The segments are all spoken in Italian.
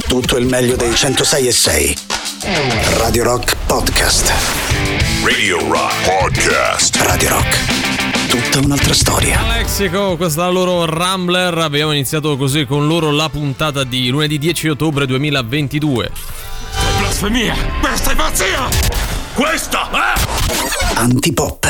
tutto il meglio dei 106.6. Radio Rock Podcast. Radio Rock Podcast. Radio Rock, tutta un'altra storia. Lexico, questa è la loro Rambler. Abbiamo iniziato così con loro la puntata di lunedì 10 ottobre 2022. Blasfemia! Questa è pazzia! Questa Antipop.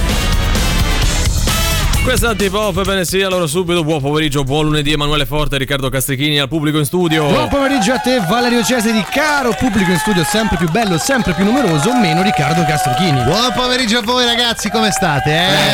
Questa è Antipop, bene sì, allora subito buon pomeriggio, buon lunedì Emanuele Forte, Riccardo Castrichini al pubblico in studio. Buon pomeriggio a te Valerio Cesari, caro pubblico in studio, sempre più bello, sempre più numeroso, meno Riccardo Castrichini. Buon pomeriggio a voi ragazzi, come state?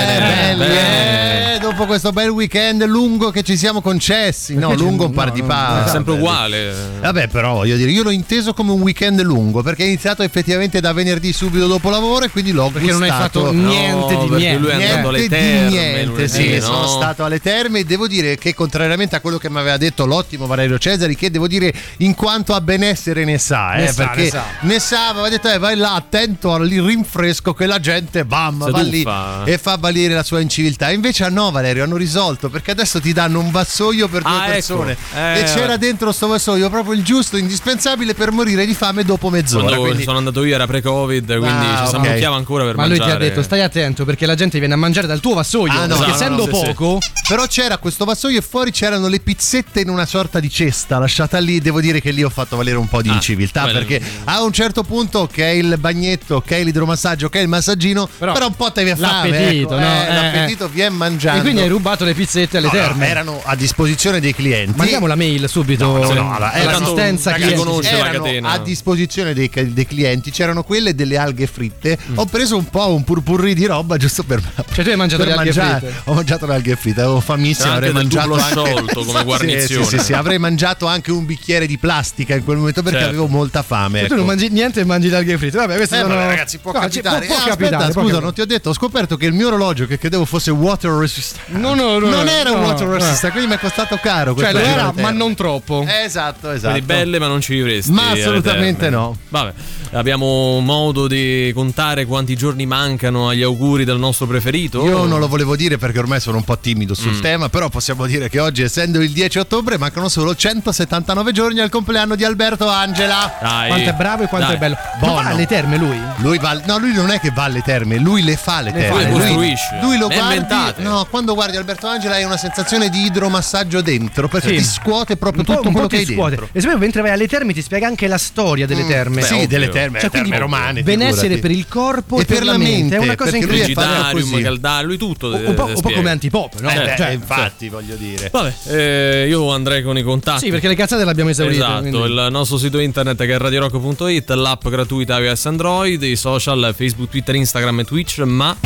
Bene. Dopo questo bel weekend lungo che ci siamo concessi, Perché lungo un par di palle. È sempre uguale. Vabbè, però voglio dire, io l'ho inteso come un weekend lungo perché è iniziato effettivamente da venerdì subito dopo lavoro e quindi l'ho Perché gustato. non hai fatto niente di niente. Lui è andato alle terme. Niente, sì, sono stato alle terme e devo dire che contrariamente a quello che mi aveva detto l'ottimo Valerio Cesari, che devo dire in quanto a benessere ne sa, perché ne sa, aveva detto vai là attento al rinfresco che la gente va lì e fa valere la sua inciviltà. Invece no Valerio, hanno risolto perché adesso ti danno un vassoio per due persone, ecco. e c'era dentro sto vassoio proprio il giusto, indispensabile per morire di fame dopo mezz'ora. Quando quindi... sono andato io era pre-Covid, quindi ci si ammucchiava ancora per mangiare. Ma lui ti ha detto stai attento perché la gente viene a mangiare dal tuo vassoio, perché essendo poco. Però c'era questo vassoio e fuori c'erano le pizzette in una sorta di cesta lasciata lì. Devo dire che lì ho fatto valere un po' di inciviltà, perché a un certo punto che è il bagnetto, che è l'idromassaggio, che è il massaggino, però un po' te ne fame, l'appetito, l'appetito viene mangiando. E quindi hai rubato le pizzette alle terme. Erano a disposizione dei clienti. Mandiamo la mail subito. L'assistenza clienti. Erano a disposizione dei clienti. C'erano quelle delle alghe fritte. Ho preso un po' un purpurri di roba giusto per. Cioè tu hai mangiato le alghe fritte? Ho mangiato le alghe fritte, avevo famissimo, avrei mangiato anche sciolto come guarnizione. Sì, avrei mangiato anche un bicchiere di plastica in quel momento perché avevo molta fame. Tu non mangi niente e mangi le alghe fritte. Vabbè, queste sono ragazzi, può capitare. Può capitare. Scusa, non ti ho detto, ho scoperto che il mio orologio che credevo fosse water resistant. Non era water resistant, quindi mi è costato caro. Cioè lo era, ma non troppo. Esatto. Quindi belle, ma non ci vivresti. Ma assolutamente no. Vabbè, abbiamo modo di contare quanti giorni mancano agli auguri del nostro preferito? Io non lo volevo dire perché ormai sono un po' timido sul tema, però possiamo dire che oggi, essendo il 10 ottobre, mancano solo 179 giorni al compleanno di Alberto Angela. Dai. Quanto è bravo e quanto è bello. Ma va alle terme lui? Lui non è che va alle terme, lui le fa le terme. Le costruisce. Lui lo le guardi. inventate. No, quando guardi Alberto Angela hai una sensazione di idromassaggio dentro, perché ti scuote proprio tutto quello che hai dentro. E se mentre vai alle terme ti spiega anche la storia delle terme. Sì, delle terme, cioè, terme romane. Benessere per il corpo e per la mente. È una cosa incredibile. Lui Caldario, lui tutto. Un po' come Antipop, no? Infatti, voglio dire. Vabbè, io andrei con i contatti. Sì, perché le cazzate le abbiamo esaurite. Esatto, quindi. il nostro sito internet che è radiorock.it, l'app gratuita iOS Android, i social Facebook, Twitter, Instagram e Twitch, ma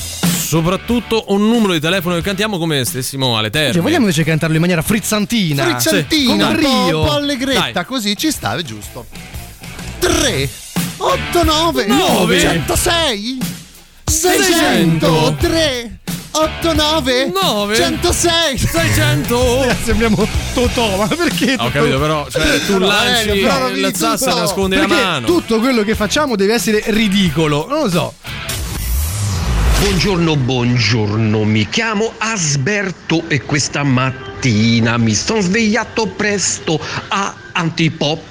soprattutto un numero di telefono che cantiamo come stessimo alle terme. Cioè, vogliamo invece cantarlo in maniera frizzantina? Frizzantina, come Rio. un po' allegretta, Dai. così ci sta, è giusto. 3 8 9 9 106 600 3 8 9 106 600. Sembriamo Totò, ma perché? Ho capito, però cioè, tu lanci il sasso e nascondi la mano. Tutto quello che facciamo deve essere ridicolo. Non lo so. Buongiorno, mi chiamo Asberto e questa mattina mi sono svegliato presto a Antipop.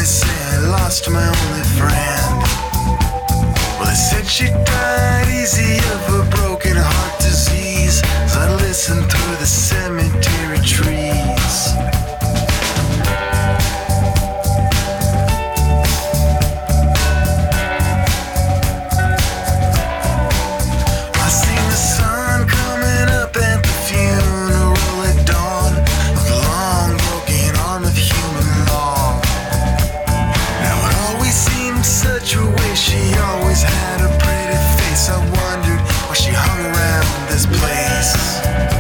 say I lost my only friend. Well, they said she died easy of a broken heart disease as I listened through the cemetery trees. I seen the sun coming up at the funeral at dawn of the long broken arm of human law. Now it always seemed such a waste. She always had a pretty face. I wondered why she hung around this place.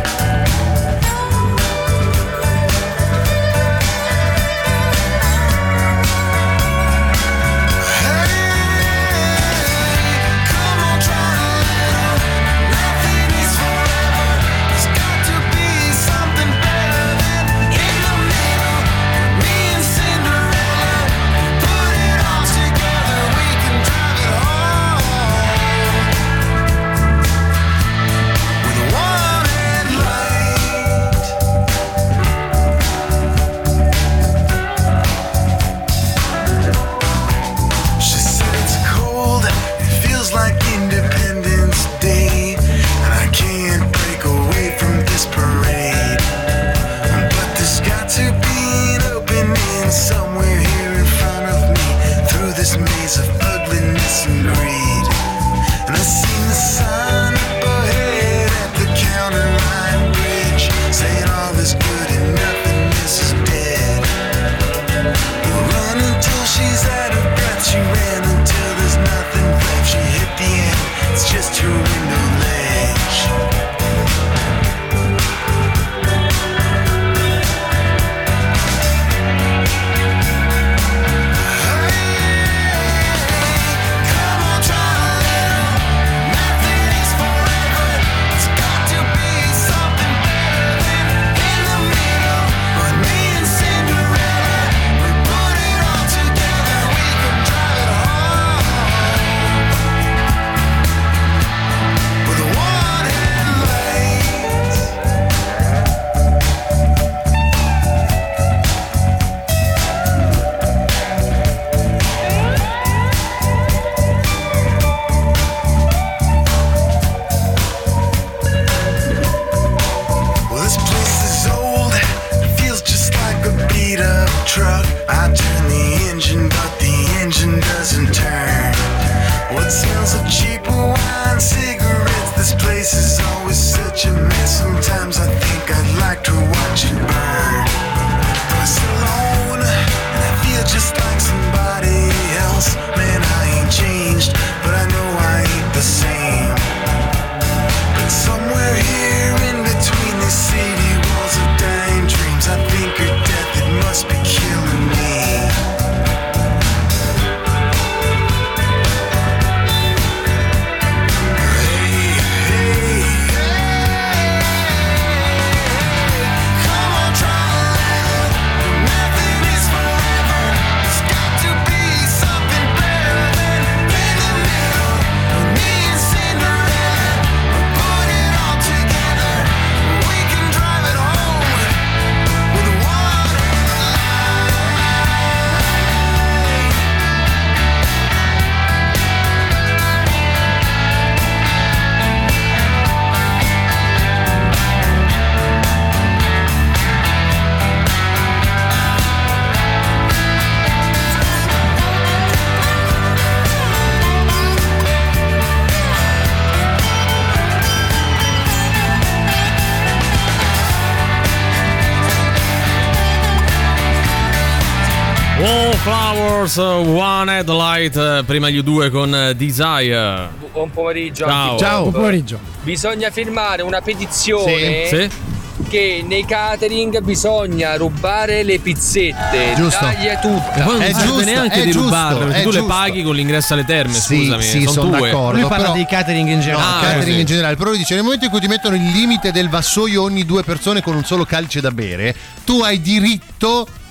Wallflowers, One Headlight, prima gli U2 con Desire. Buon pomeriggio. Ciao. Buon pomeriggio. Bisogna firmare una petizione Sì. che nei catering bisogna rubare le pizzette. Giusto. Taglia tutta. Poi non È serve giusto, neanche è di giusto, rubarle, perché è tu le giusto. paghi con l'ingresso alle terme, Sì, scusami, sì, sono sono tue. d'accordo. Lui parla però- dei catering in No, generale. catering sì. in generale. Però dice, nel momento in cui ti mettono il limite del vassoio ogni 2 persone con un solo calice da bere, tu hai diritto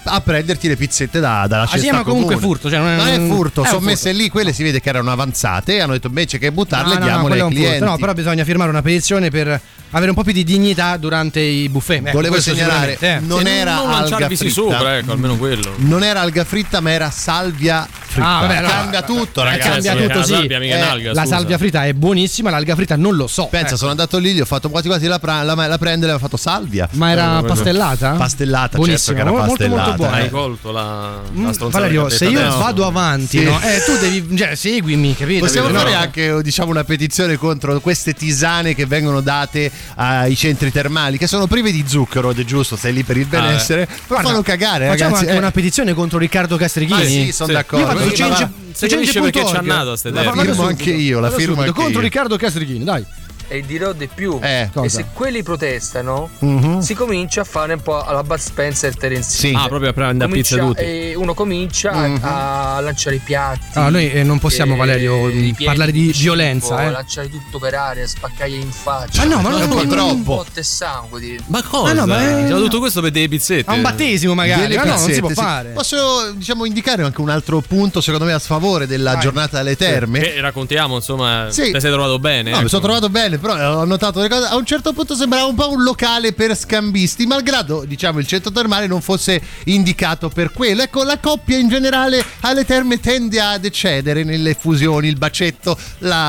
a prenderti le pizzette dalla cesta ma comunque comune. furto, cioè non è furto, sono furto. messe lì, quelle si vede che erano avanzate, hanno detto invece che buttarle diamole ai clienti. No, però bisogna firmare una petizione per avere un po' più di dignità durante i buffet. Volevo segnalare, non era alga fritta sopra, ecco, almeno quello. Non era alga fritta, ma era salvia fritta. Vabbè, cambia tutto, ragazzi. Cambia tutto, sì. La salvia fritta è buonissima, l'alga fritta non lo so. Pensa, sono andato lì, gli ho fatto quasi la prendere, ho fatto salvia. Ma era pastellata? Pastellata, buonissima, certo che era pastellata. Molto buona. Hai colto la stronzata. Valerio, se io vado avanti, no? Tu devi, cioè, seguimi, capito? Possiamo fare anche, diciamo, una petizione contro queste tisane che vengono date ai centri termali, che sono prive di zucchero, ed è giusto, sei lì per il benessere, però fanno cagare, facciamo ragazzi. anche una petizione contro Riccardo Castrichini. Sì, sono d'accordo. Io faccio si capisce perché ci ha nato a ste la firmo anche io, la firmo anche contro io. Riccardo Castrichini, dai. E dirò di più. Cosa? E se quelli protestano, si comincia a fare un po' alla Bud Spencer Terence. Sì. Proprio a prendere a pizza tutti. E uno comincia a lanciare i piatti. Noi non possiamo, Valerio, parlare di violenza. Lanciare tutto per aria, spaccargli in faccia. Ma no, ma non è un po' troppo. Botte e sangue. Ma cosa? Tutto questo per delle pizzette. A un battesimo magari. Ma no, non si può fare. Posso, diciamo, indicare anche un altro punto, secondo me, a sfavore della giornata alle terme? Che raccontiamo, insomma, sì. Ti sei trovato bene? No, mi sono trovato bene, però ho notato le cose. A un certo punto sembrava un po' un locale per scambisti, malgrado, diciamo, il centro termale non fosse indicato per quello. Ecco, la coppia in generale alle terme tende ad eccedere nelle fusioni, il bacetto,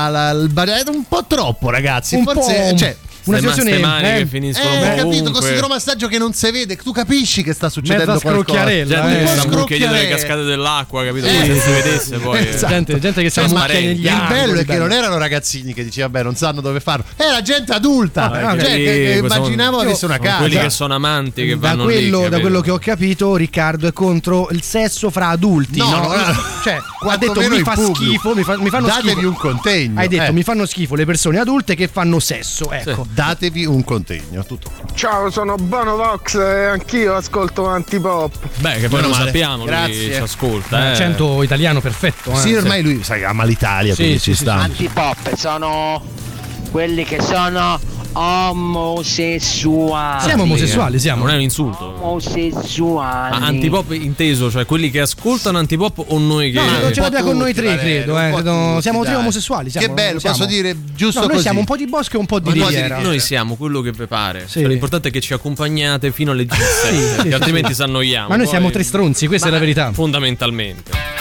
è un po' troppo, ragazzi. Forse, cioè, una situazione che finiscono capito, con ovunque. questo idromassaggio che non si vede, tu capisci che sta succedendo mezza qualcosa. scrocchiarella, Gente che sta mucchia dietro le cascate dell'acqua, capito? Se si vedesse poi. Gente che si ammucchia negli Il angoli. bello è che non erano ragazzini che diceva vabbè, non sanno dove farlo, era gente adulta, che immaginavo avesse una casa. Quelli che sono amanti che vanno da quello che ho capito, Riccardo è contro il sesso fra adulti. No. Cioè, ha detto mi fa schifo, mi fanno datevi schifo. un contegno. Hai detto mi fanno schifo le persone adulte che fanno sesso, ecco. Datevi un contegno, tutto. Ciao, sono Bono Vox e anch'io ascolto Antipop. Beh, che poi non sappiamo, grazie. Lui ci ascolta. Accento italiano perfetto. Sì, ormai lui, sai, ama l'Italia, quindi ci sta. Antipop sono quelli che sono omosessuali. Siamo omosessuali, siamo. Non è un insulto. Omosessuali. Ma antipop inteso, cioè quelli che ascoltano antipop o noi che. No, ce l'abbiamo con noi tre, Valerio, credo. Siamo tre omosessuali. Che bello, posso dire giusto noi così. siamo un po' di bosco e un po' di riviera. Noi siamo quello che vi pare. Sì. Cioè, l'importante è che ci accompagnate fino alle 17, perché altrimenti si annoiamo. Ma noi poi. siamo tre stronzi, questa è la verità. Fondamentalmente.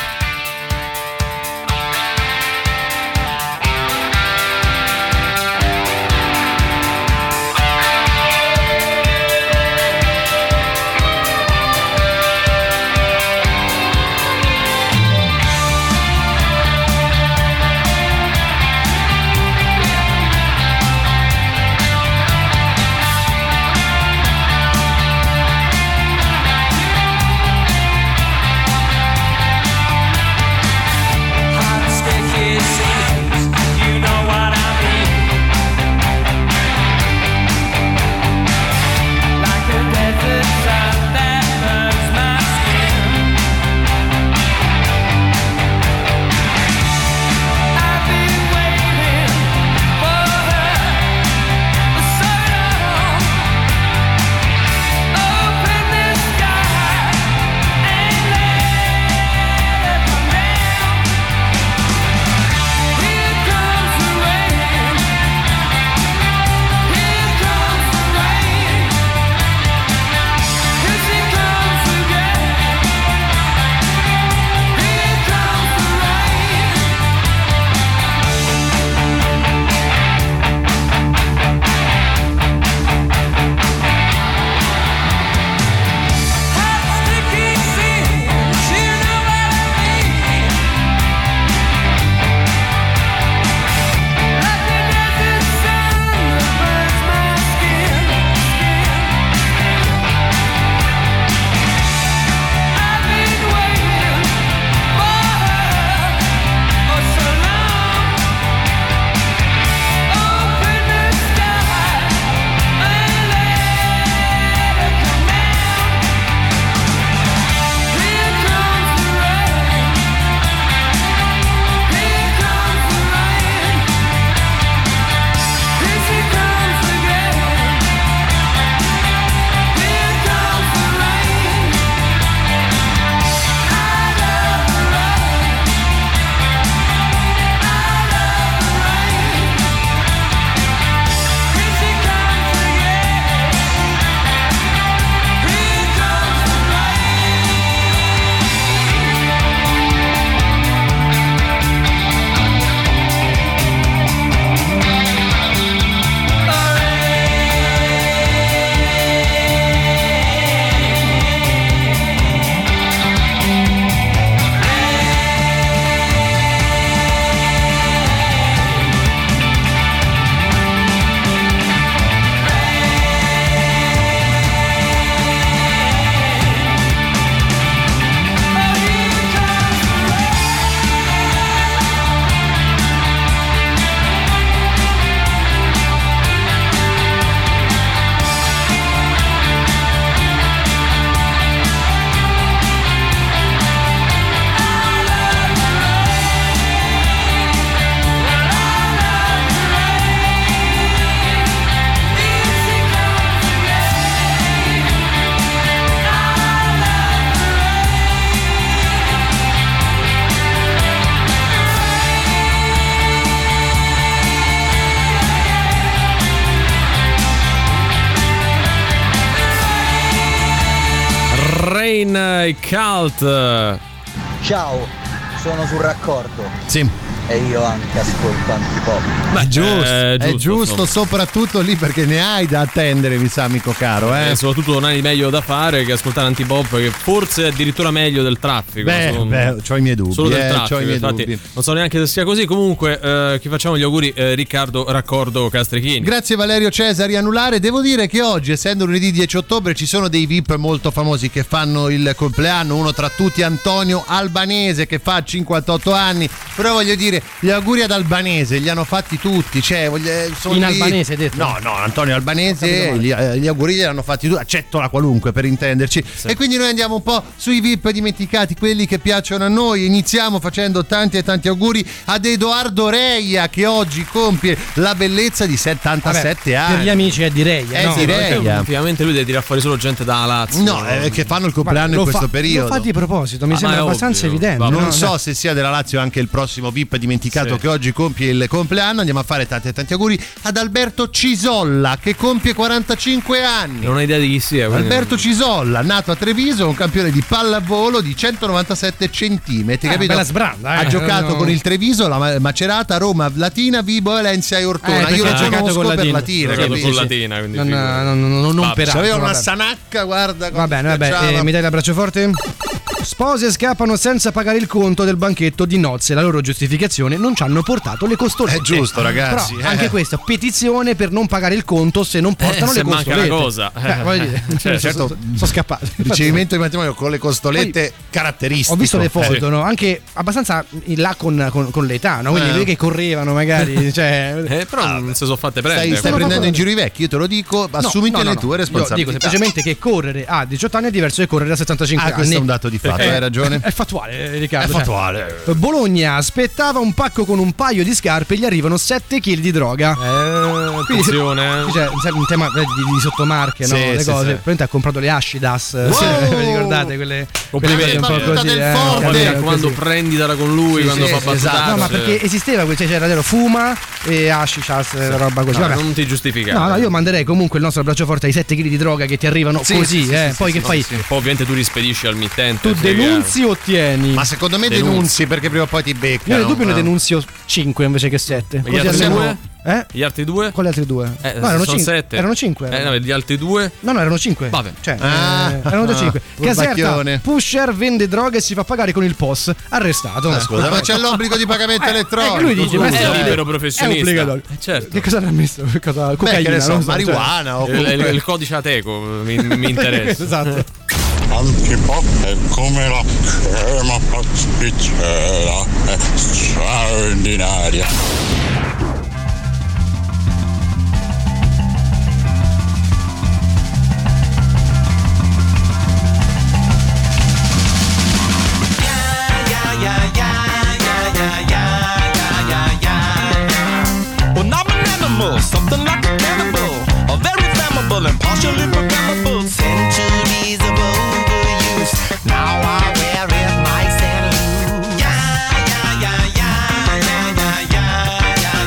Rain, i Cult. Ciao, sono sul raccordo. Sì. E io anche ascolto Antipop. È giusto, soprattutto lì perché ne hai da attendere, mi sa, amico caro. Soprattutto non hai di meglio da fare che ascoltare Antipop, che forse è addirittura meglio del traffico. C'ho i miei dubbi. Solo del traffico, c'ho i miei infatti dubbi. non so neanche se sia così. Comunque, chi facciamo gli auguri? Riccardo Raccordo Castrichini. Grazie Valerio Cesari Anulare. Devo dire che oggi, essendo lunedì 10 ottobre, ci sono dei VIP molto famosi che fanno il compleanno. Uno tra tutti, Antonio Albanese, che fa 58 anni. Però voglio dire, gli auguri ad Albanese li hanno fatti tutti, cioè in albanese hai detto? No, Antonio Albanese gli auguri li hanno fatti tutti, accetto la qualunque per intenderci. Sì. E quindi noi andiamo un po' sui VIP dimenticati, quelli che piacciono a noi. Iniziamo facendo tanti e tanti auguri ad Edoardo Reia, che oggi compie la bellezza di 77 anni. Per gli amici è di Reia, no? Di Reia. Ovviamente lui deve tirare fuori solo gente da Lazio. No, che fanno il compleanno in questo periodo. Lo fa di proposito, mi sembra abbastanza evidente. Non so se sia della Lazio anche il prossimo VIP dimenticato che oggi compie il compleanno. Andiamo a fare tanti auguri ad Alberto Cisolla, che compie 45 anni. Non ho idea di chi sia. Alberto Cisolla, nato a Treviso, un campione di pallavolo di 197 centimetri, capito? Bella sbranda, ha giocato con il Treviso, la Macerata, Roma, Latina, Vibo, Valencia e Ortona. Io l'ho giocato con Latina. Con Latina, quindi non per altro. Aveva una sanacca, guarda. Va bene, mi dai l'abbraccio forte? Spose scappano senza pagare il conto del banchetto di nozze. La loro giustificazione: non ci hanno portato le costolette. È giusto, ragazzi. Però anche questa petizione per non pagare il conto se non portano le costolette. Manca una cosa. Voglio dire, certo, sono scappato. Ricevimento di matrimonio con le costolette caratteristiche. Ho visto le foto, no? Anche abbastanza in là con l'età, no? Quindi vedi che correvano magari. Però non si sono fatte prendere. Stai prendendo in giro i vecchi, io te lo dico, assumiti le tue responsabilità. Io dico semplicemente che correre a 18 anni è diverso che correre a 75 anni. Questo è un dato di fatto, hai ragione. È fattuale, Riccardo. È fattuale. Bologna aspettava un pacco con un paio di scarpe e gli arrivano 7 kg di droga. Attenzione. C'è un tema di sottomarche, no? Le cose. Probabilmente ha comprato le Ashidas. Vi ricordate quelle cose un po' così? Quando prenditela con lui, quando fa battutacce. No, ma perché esisteva, c'era Fuma e Ashidas, roba così. Non ti giustificare. No, io manderei comunque il nostro abbraccio forte ai 7 kg di droga che ti arrivano così. Poi che fai? Poi ovviamente tu rispedisci al mittente. Tu denunzi o ottieni? Ma secondo me denunzi perché prima o poi ti beccano. Io nel dubbio ne denunzio 5 invece che 7. Gli altri due? Gli altri due? Quali altri due? No, erano 5. 7. Erano 5. No, gli altri due? No, erano 5. Vabbè. Erano 5. Caserta, pusher vende droga e si fa pagare con il POS. Arrestato. Scusa, ma c'è l'obbligo di pagamento elettronico. Lui dice, ma è libero professionista. Certo. Che cosa avrà messo? Cocaina, marijuana o il codice Ateco mi interessa. Esatto. Antipop è come la crema pasticcera, è straordinaria. Well, I'm an animal, something like a cannibal, a very flammable and partially programmable. Centuries of overuse, now I wear it like Santa Lou. Yeah, yeah, yeah, yeah, yeah, yeah, yeah, yeah.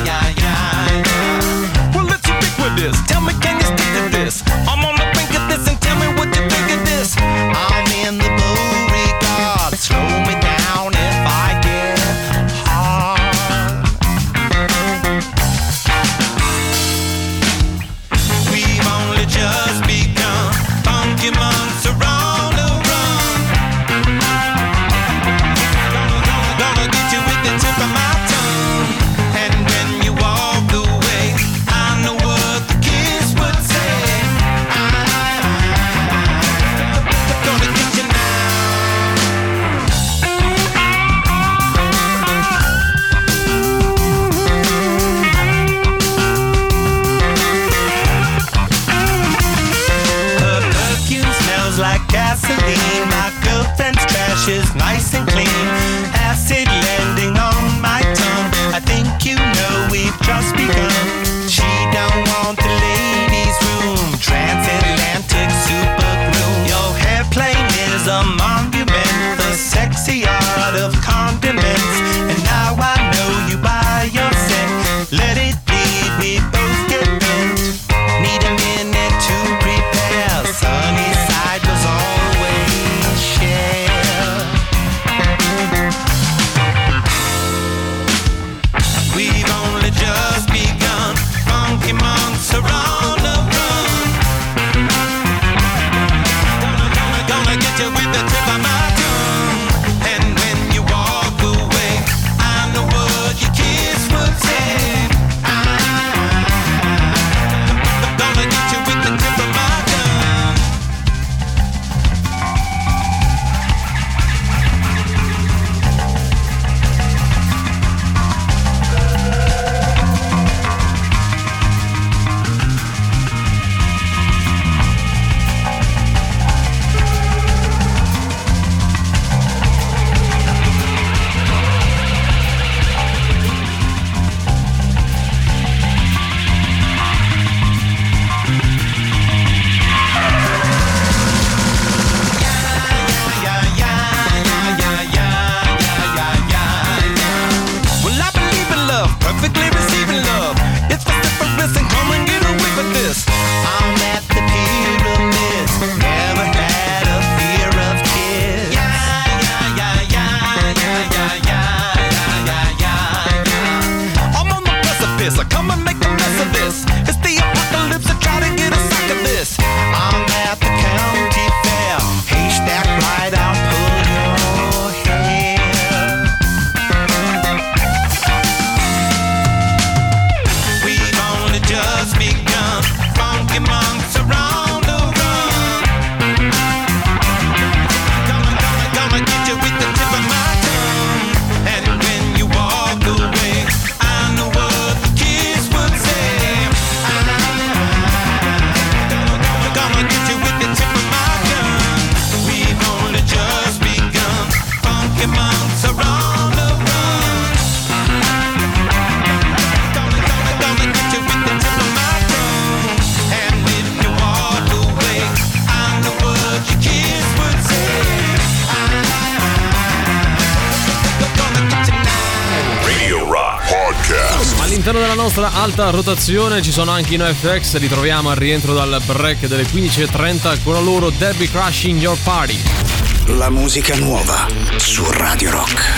all'interno della nostra alta rotazione ci sono anche i NoFX, li troviamo al rientro dal break delle 15.30 con la loro Derby Crashing Your Party. La musica nuova su Radio Rock.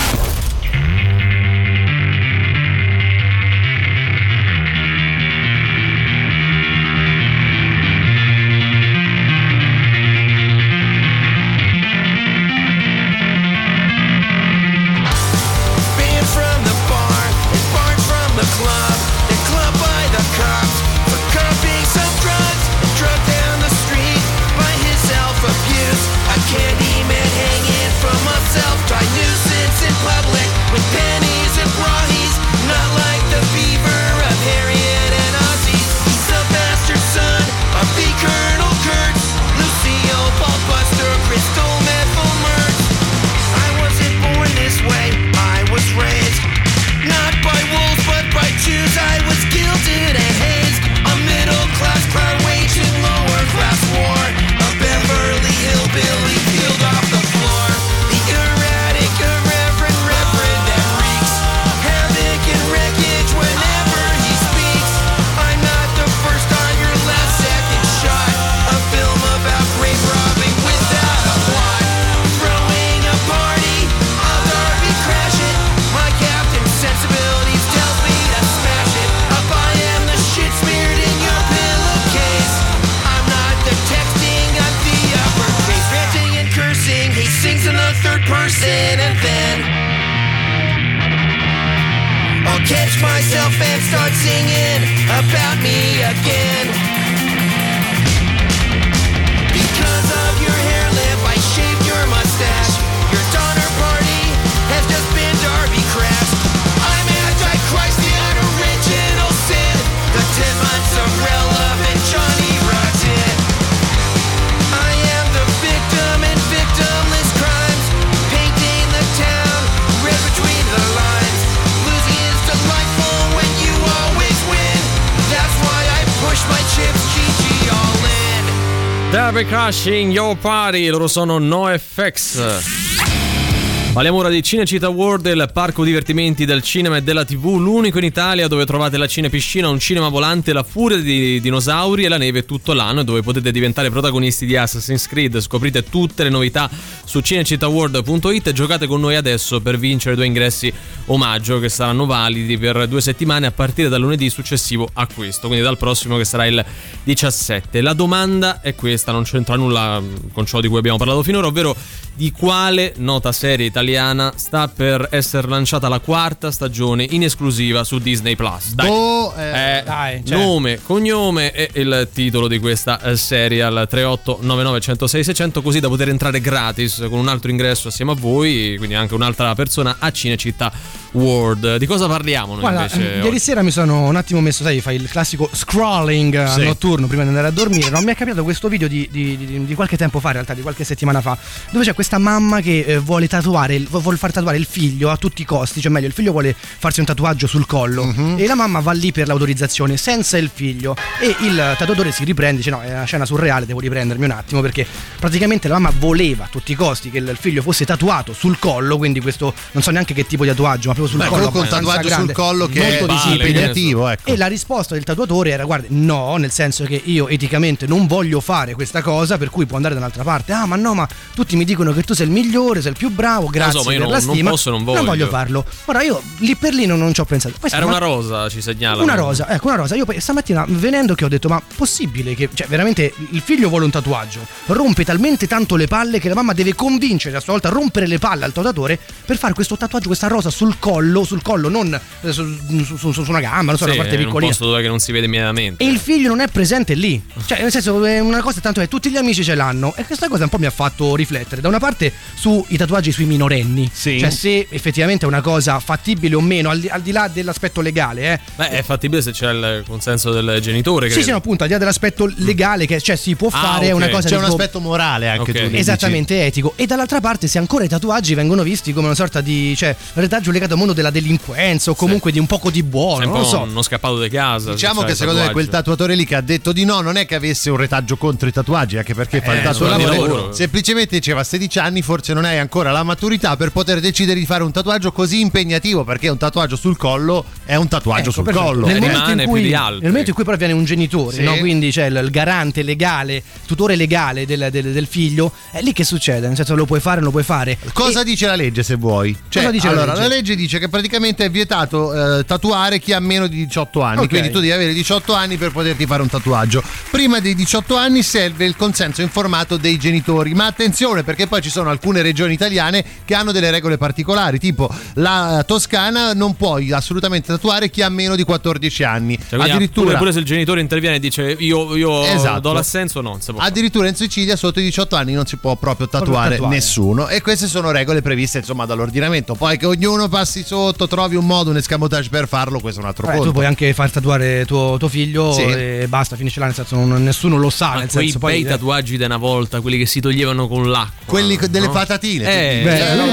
Derby Crashing Your Party, loro sono NoFX. Parliamo ora di Cinecittà World, il parco divertimenti del cinema e della TV, l'unico in Italia dove trovate la cinepiscina, un cinema volante, la furia di dinosauri e la neve tutto l'anno, dove potete diventare protagonisti di Assassin's Creed. Scoprite tutte le novità su cinecittàworld.it e giocate con noi adesso per vincere 2 ingressi omaggio che saranno validi per 2 settimane a partire dal lunedì successivo a questo, quindi dal prossimo che sarà il 17. La domanda è questa, non c'entra nulla con ciò di cui abbiamo parlato finora, ovvero di quale nota serie italiana sta per essere lanciata la 4ª stagione in esclusiva su Disney Plus. Nome, cognome e il titolo di questa serie al 3899 106 600, così da poter entrare gratis con un altro ingresso assieme a voi, quindi anche un'altra persona a Cinecittà World. Di cosa parliamo noi? Guarda, invece ieri sera mi sono un attimo messo, sai, fai il classico scrolling notturno prima di andare a dormire. Non mi è capitato questo video di qualche tempo fa, in realtà di qualche settimana fa, dove c'è questa mamma che vuole far tatuare il figlio a tutti i costi, cioè meglio, il figlio vuole farsi un tatuaggio sul collo e la mamma va lì per l'autorizzazione senza il figlio e il tatuatore si riprende, dice no, è una scena surreale, devo riprendermi un attimo, perché praticamente la mamma voleva a tutti i costi che il figlio fosse tatuato sul collo, quindi questo non so neanche che tipo di tatuaggio, ma proprio sul collo, con un tatuaggio grande, sul collo che molto è impegnativo, ecco. E la risposta del tatuatore era: guarda, no, nel senso che io eticamente non voglio fare questa cosa, per cui può andare da un'altra parte. Ah, ma no, ma tutti mi dicono che tu sei il migliore, sei il più bravo, grazie per la stima, non voglio farlo. Ora io lì per lì non ci ho pensato. Era una rosa, ci segnala. Una rosa, ecco, una rosa. Io stamattina venendo che ho detto: ma possibile che, cioè, veramente il figlio vuole un tatuaggio, rompe talmente tanto le palle che la mamma deve convincere a sua volta a rompere le palle al tatuatore per fare questo tatuaggio, questa rosa sul collo, non su una gamba, non so, una parte piccolina, un posto dove non si vede immediatamente. E il figlio non è presente lì, cioè nel senso, è una cosa tanto è tutti gli amici ce l'hanno, e questa cosa un po' mi ha fatto riflettere da una parte sui tatuaggi sui minorenni, cioè se effettivamente è una cosa fattibile o meno, al di là dell'aspetto legale, Beh, è fattibile se c'è il consenso del genitore, credo. Sì, no, appunto, al di là dell'aspetto legale, che cioè si può fare, è una cosa, c'è un aspetto morale anche, tu esattamente, etico. E dall'altra parte, se ancora i tatuaggi vengono visti come una sorta di, cioè, retaggio legato mondo della delinquenza o comunque di un poco di buono, Sei un non lo po' so. uno scappato di casa. Diciamo che secondo me quel tatuatore lì che ha detto di no non è che avesse un retaggio contro i tatuaggi, anche perché fa il tatuatore, semplicemente diceva a 16 anni forse non hai ancora la maturità per poter decidere di fare un tatuaggio così impegnativo, perché un tatuaggio sul collo è un tatuaggio sul collo. Nel momento in cui però viene un genitore, Sì. no? Quindi c'è il garante legale, tutore legale del figlio, è lì che succede, nel senso lo puoi fare, non lo puoi fare. Cosa dice la legge, se vuoi? Cioè, Cosa dice la legge dice che praticamente è vietato tatuare chi ha meno di 18 anni, Ok. quindi tu devi avere 18 anni per poterti fare un tatuaggio. Prima dei 18 anni serve il consenso informato dei genitori, ma attenzione, perché poi ci sono alcune regioni italiane che hanno delle regole particolari, tipo la Toscana non puoi assolutamente tatuare chi ha meno di 14 anni. Cioè, addirittura pure se il genitore interviene e dice io Esatto. do l'assenso, no, non si può fare. Addirittura in Sicilia sotto i 18 anni non si può proprio tatuare nessuno, e queste sono regole previste insomma dall'ordinamento. Poi che ognuno passi sotto, trovi un modo, un escamotage per farlo, questo è un altro conto. Tu puoi anche far tatuare tuo figlio, Sì. e basta, finisce là, nel senso nessuno lo sa, Ma nel quei senso bei poi tatuaggi di una volta, quelli che si toglievano con l'acqua, quelli delle no? patatine.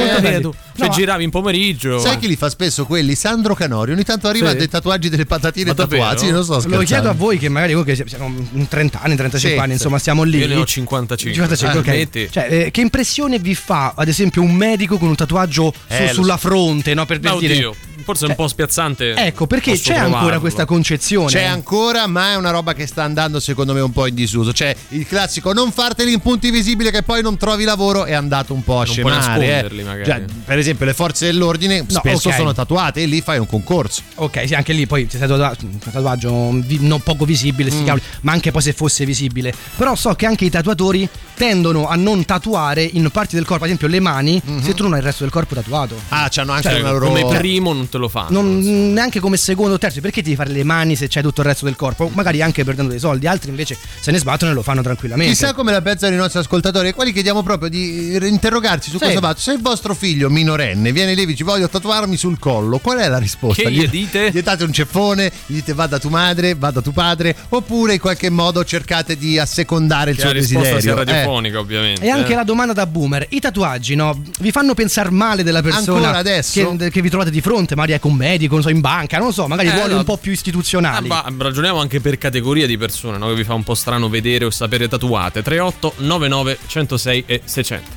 Cioè giravi in pomeriggio. Sai chi li fa spesso quelli? Sandro Canori. Ogni tanto arriva Sì. dei tatuaggi delle patatine Ma davvero? tatuati. Sì, non sto scherzando. lo chiedo a voi che magari voi che siamo in 30 anni, 35 Sì, anni, sì. insomma stiamo lì. Io ne ho 55. Ok. Metti. Cioè, che impressione vi fa ad esempio un medico con un tatuaggio sulla fronte, no? Per dire. Oddio, forse è un po' spiazzante. Ecco, perché Posso c'è ancora provarlo. questa concezione. C'è ancora, ma è una roba che sta andando secondo me un po' in disuso. Cioè il classico non farteli in punti visibili che poi non trovi lavoro è andato un po' a Non puoi scemare. nasconderli, magari. Cioè, per esempio le forze dell'ordine spesso ok. sono tatuate e lì fai un concorso. Ok, sì, anche lì poi se sei un tatuaggio non poco visibile, sti cavoli, ma anche poi se fosse visibile. Però so che anche i tatuatori tendono a non tatuare in parti del corpo, ad esempio le mani, se tu non hai il resto del corpo tatuato. Ah, c'hanno anche Cioè, una loro. come primo non te lo fanno. Neanche come secondo o terzo, perché ti devi fare le mani se c'hai tutto il resto del corpo? Magari anche perdendo dei soldi, altri invece se ne sbattono e lo fanno tranquillamente. Chissà come la pensano i nostri ascoltatori, quelli chiediamo proprio di interrogarsi su questo fatto. Se il vostro figlio minorenne viene lì e dice voglio tatuarmi sul collo, qual è la risposta? Che gli dite? Gli date un ceffone, gli dite va da tu madre, va da tuo padre, oppure in qualche modo cercate di assecondare il Che suo la risposta desiderio. sia radiofonica, ovviamente. E anche la domanda da boomer: i tatuaggi, no? Vi fanno pensare male della persona Ancora adesso? che vi trovate di fronte, magari ecco un medico, non so, in banca, non lo so, magari ruoli un po' più istituzionali. Ma ragioniamo anche per categorie di persone, no? Che vi fa un po' strano vedere o sapere tatuate. 38 99 106 e 600.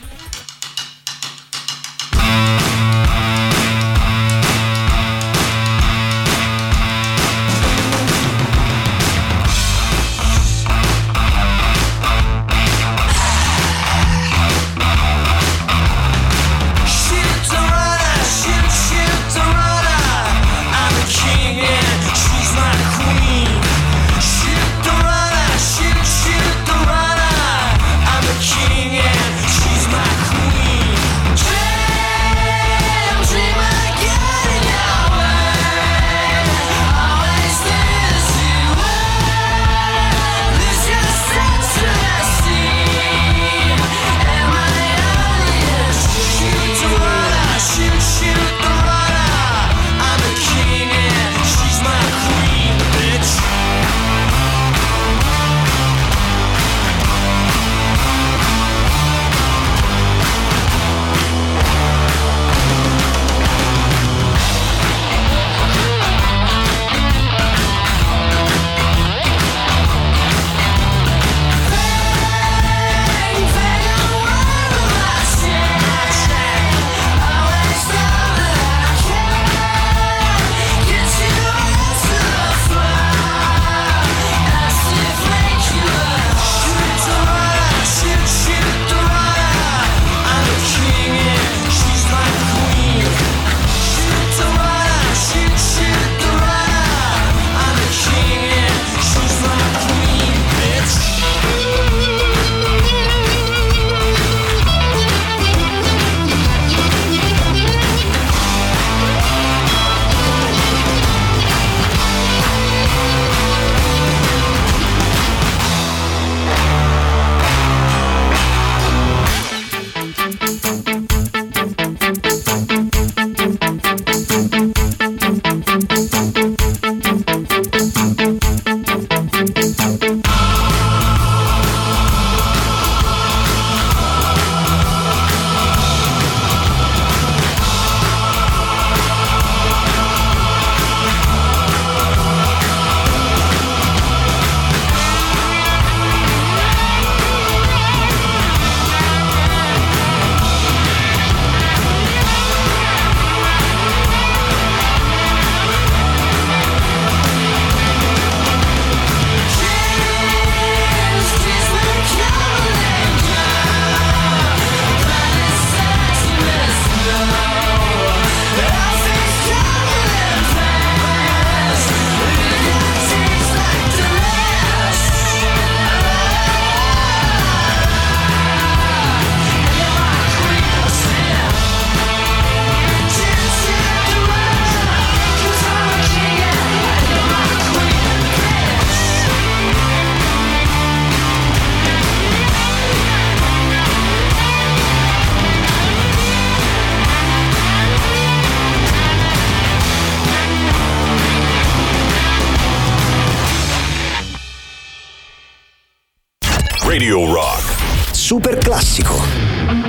She's my Radio Rock. Super classico.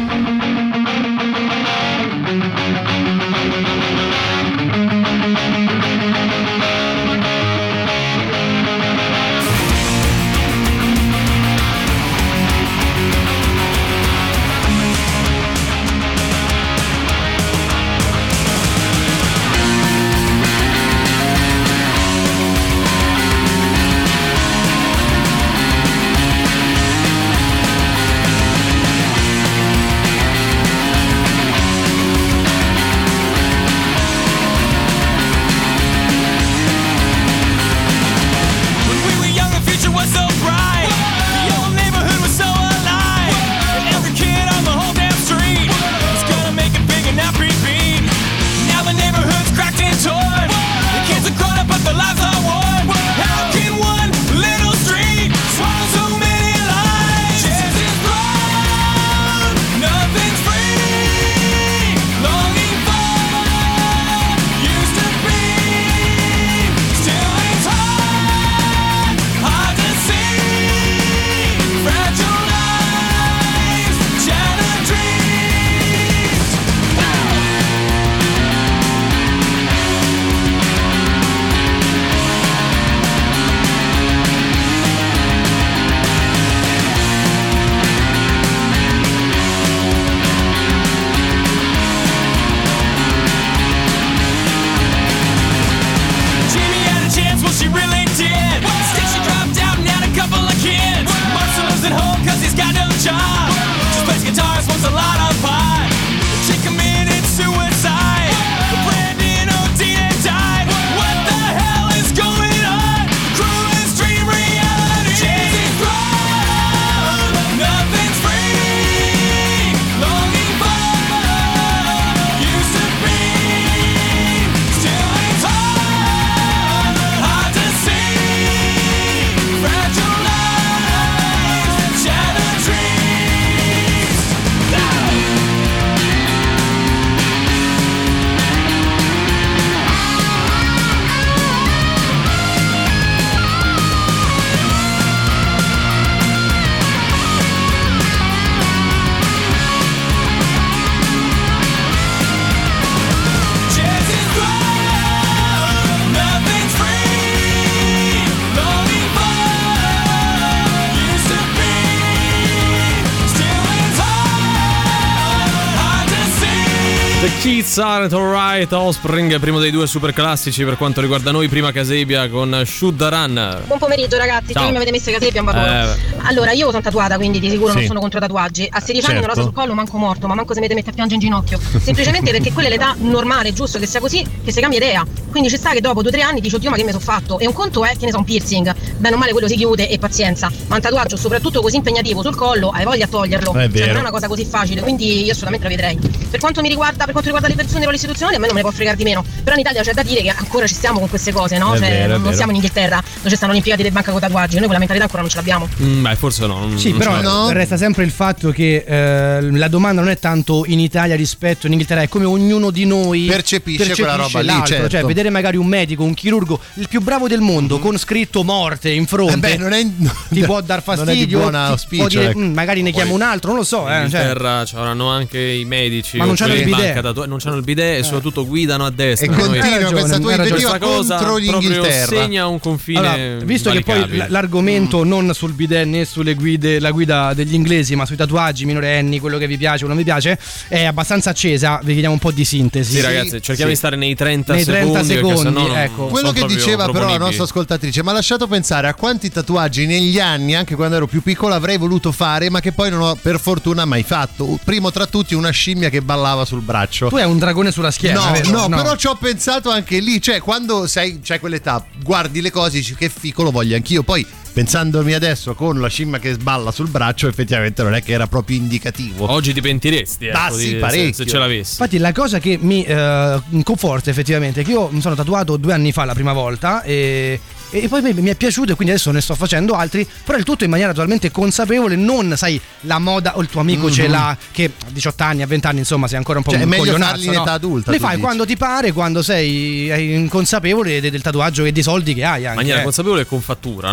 Kids Aren't Alright, Offspring, primo dei due super classici per quanto riguarda noi. Prima Casebia con Shoot the Run. Buon pomeriggio ragazzi, prima mi avete messo Casebia un vapore. Allora, io sono tatuata, quindi di sicuro non sono contro tatuaggi. A 16 anni una rosa sul collo manco morto, ma manco se mi mette a piangere in ginocchio. Semplicemente perché quella è l'età normale, giusto che sia così, che si cambia idea. Quindi ci sta che dopo 2 o 3 anni dici oddio ma che mi sono fatto. E un conto è che ne so, un piercing, bene o male quello si chiude e pazienza. Ma un tatuaggio soprattutto così impegnativo sul collo, hai voglia a toglierlo. Cioè non è una cosa così facile, quindi io assolutamente la vedrei. Per quanto riguarda le persone con le istituzionali, a me non me ne può fregare di meno. Però in Italia c'è da dire che ancora ci stiamo con queste cose, no? Non siamo in Inghilterra, non ci stanno Olimpiadi del banca con tatuaggi, noi quella mentalità ancora non ce l'abbiamo. Beh, forse no. Sì, però resta sempre il fatto che la domanda non è tanto in Italia rispetto in Inghilterra, è come ognuno di noi percepisce quella roba lì, certo. Cioè vedere magari un medico, un chirurgo, il più bravo del mondo con scritto morte in fronte, ti può dar fastidio, non è di buon auspicio, dire, magari ne chiamo un altro, non lo so. In Inghilterra c'erano anche i medici, ma non c'hanno il bidet, non c'hanno il bidet e soprattutto guidano a destra. E continua questa tua invettiva contro l'Inghilterra. Segna un confine. Allora, visto che poi l'argomento non sul bidet né sulle guide, la guida degli inglesi, ma sui tatuaggi minorenni, quello che vi piace o non vi piace, è abbastanza accesa. Vi chiediamo un po' di sintesi. Sì, ragazzi, cerchiamo di stare nei 30 secondi, ecco. Quello che diceva però la nostra ascoltatrice mi ha lasciato pensare a quanti tatuaggi negli anni, anche quando ero più piccolo, avrei voluto fare, ma che poi non ho per fortuna mai fatto. Primo tra tutti una scimmia che ballava sul braccio. Tu hai un dragone sulla schiena? No, però ci ho pensato anche lì, cioè quando c'hai quell'età, guardi le cose e dici che fico, lo voglio anch'io. Poi pensandomi adesso con la scimmia che sballa sul braccio, effettivamente non è che era proprio indicativo. Oggi ti pentiresti, sì, parecchio. Se ce l'avessi. Infatti la cosa che mi conforta effettivamente è che io mi sono tatuato 2 anni fa la prima volta e poi mi è piaciuto e quindi adesso ne sto facendo altri, però il tutto in maniera totalmente consapevole, non sai la moda o il tuo amico ce l'ha che a 18 anni, a 20 anni insomma sei ancora un po' un coglionazzo. È meglio farli in età adulta. Le fai quando ti pare, quando sei inconsapevole del tatuaggio e dei soldi che hai anche. In maniera consapevole e con fattura, no? Che poi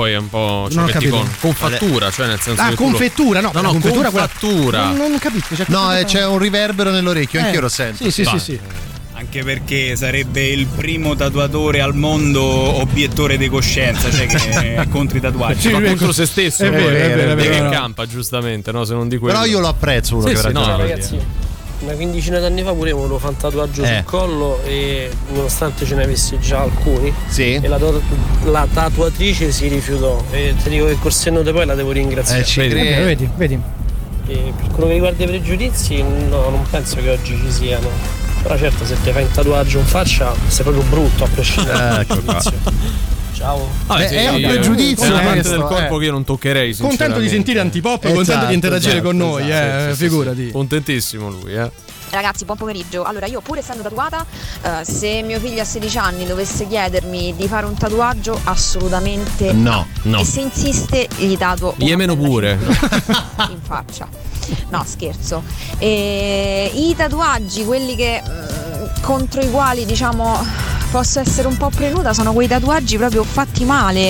poi è un po'. Non ho capito. Con fattura, cioè nel senso. Confettura, no, confettura. Non capisco. C'è un riverbero nell'orecchio, anch'io lo sento. Sì. Anche perché sarebbe il primo tatuatore al mondo obiettore di coscienza, cioè che è contro i tatuaggi. Ma contro se stesso, è vero, che campa, giustamente, no? Se non di quello. Però io lo apprezzo uno che ragiona così. Ragazzi, una quindicina d'anni fa pure volevo fare un tatuaggio sul collo e nonostante ce ne avessi già alcuni, e la tatuatrice si rifiutò e ti dico che col senno di poi la devo ringraziare. Vedi. E per quello che riguarda i pregiudizi, no, non penso che oggi ci siano. Però certo, se ti fai un tatuaggio in faccia sei proprio brutto a prescindere. Ecco qua. Ciao. È un pregiudizio, è una parte del corpo che io non toccherei. Contento di sentire Antipop, contento di interagire con noi, figurati. Contentissimo lui, Ragazzi, buon pomeriggio. Allora, io pur essendo tatuata, se mio figlio a 16 anni dovesse chiedermi di fare un tatuaggio, assolutamente no. E se insiste, gli tatuo Yemeno pure in faccia. No, scherzo. I tatuaggi, quelli che contro i quali diciamo posso essere un po' prenuta, sono quei tatuaggi proprio fatti male,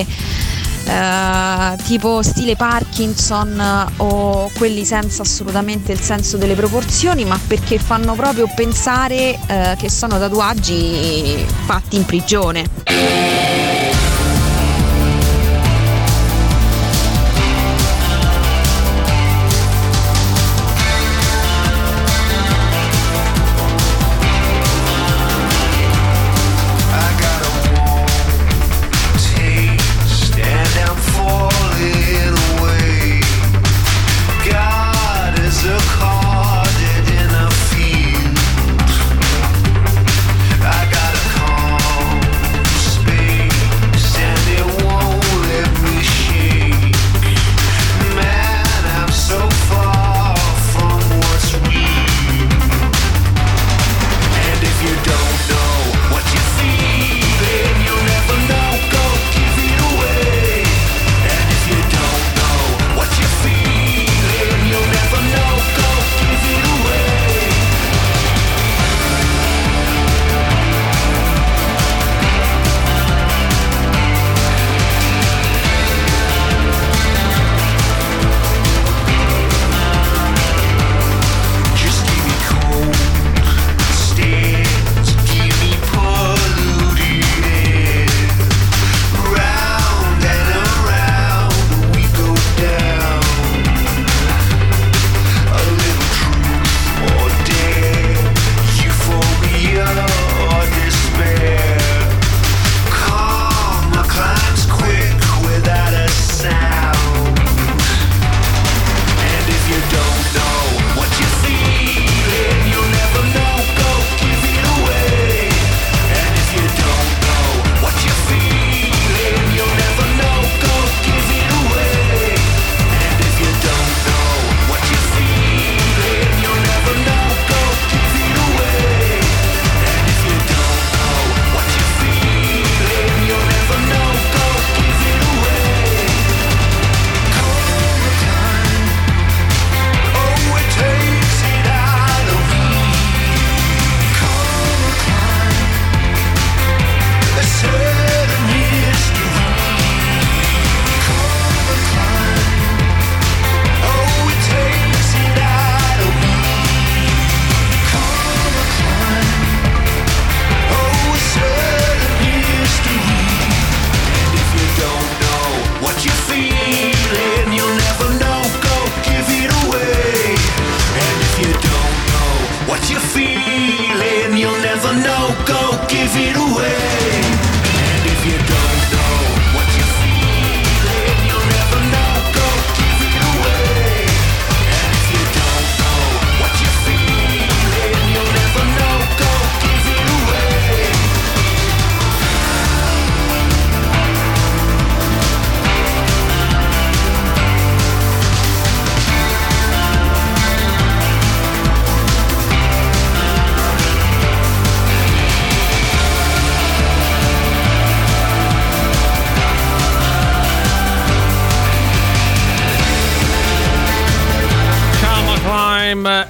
tipo stile Parkinson, o quelli senza assolutamente il senso delle proporzioni, ma perché fanno proprio pensare che sono tatuaggi fatti in prigione. Space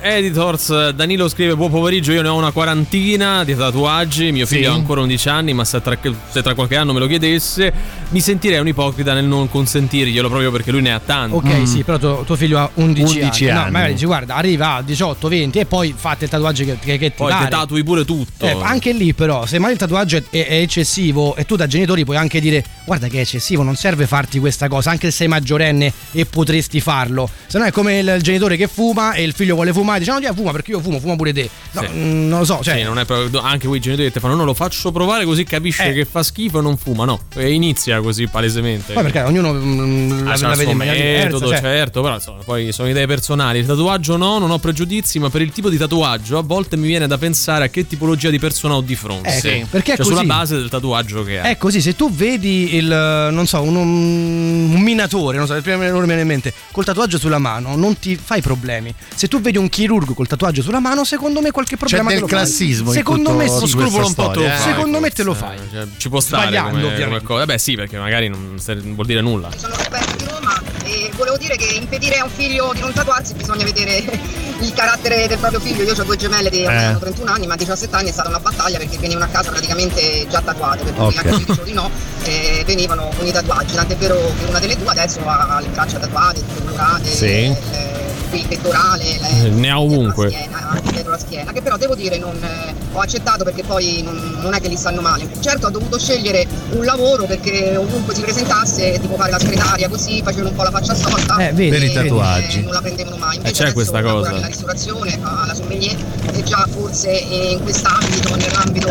Editors. Danilo scrive: buon pomeriggio, io ne ho una quarantina di tatuaggi, mio figlio ha ancora 11 anni, ma se tra qualche anno me lo chiedesse mi sentirei un ipocrita nel non consentirglielo, proprio perché lui ne ha tanti. Ok, sì, però tuo figlio ha 11 anni. anni. No, magari dici guarda, arriva a 18, 20 e poi fate il tatuaggio che ti poi pare. ti tatui pure tutto. Anche lì però, se mai il tatuaggio è eccessivo e tu da genitori puoi anche dire guarda che è eccessivo, non serve farti questa cosa, anche se sei maggiorenne e potresti farlo. Se no è come il genitore che fuma e il figlio vuole fumare, dice no, fuma perché io fuma pure te. No, non lo so, cioè. Sì, non è proprio, anche quei genitori che ti fanno no, lo faccio provare così capisce che fa schifo e non fuma, no. E inizia così palesemente. Poi perché ognuno la vede in maniera metodo, certo, però insomma, poi sono idee personali. Il tatuaggio no, non ho pregiudizi, ma per il tipo di tatuaggio a volte mi viene da pensare a che tipologia di persona ho di fronte. Sì. Perché è così. Sulla base del tatuaggio che ha. È così, se tu vedi non so, un minatore, non so, il primo che mi viene in mente, col tatuaggio sulla mano, non ti fai problemi. Se tu vedi un chirurgo col tatuaggio sulla mano, secondo me qualche problema c'è del classismo. Secondo me lo scrupolo un po' te lo fai. Secondo me te lo fai. Cioè, ci può stare come cosa. Beh, sì, perché magari non vuol dire nulla. Sono Roberto di Roma e volevo dire che impedire a un figlio di non tatuarsi bisogna vedere il carattere del proprio figlio. Io ho 2 gemelle che hanno 31 anni, ma a 17 anni è stata una battaglia perché venivano a casa praticamente già tatuate, per cui anche se dicevo di no, venivano con i tatuaggi. Tant'è vero che una delle 2 adesso ha le braccia tatuate, tutte colorate, qui il pettorale, ne ha ovunque, anche dietro la schiena, che però devo dire ho accettato perché poi non è che li stanno male. Certo, ho dovuto scegliere un lavoro perché ovunque si presentasse, tipo fare la segretaria, così facevano un po' la faccia storta per i tatuaggi, non la prendevano mai. Invece c'è questa cosa nella ristorazione, la sommelier, e già forse in quest'ambito, nell'ambito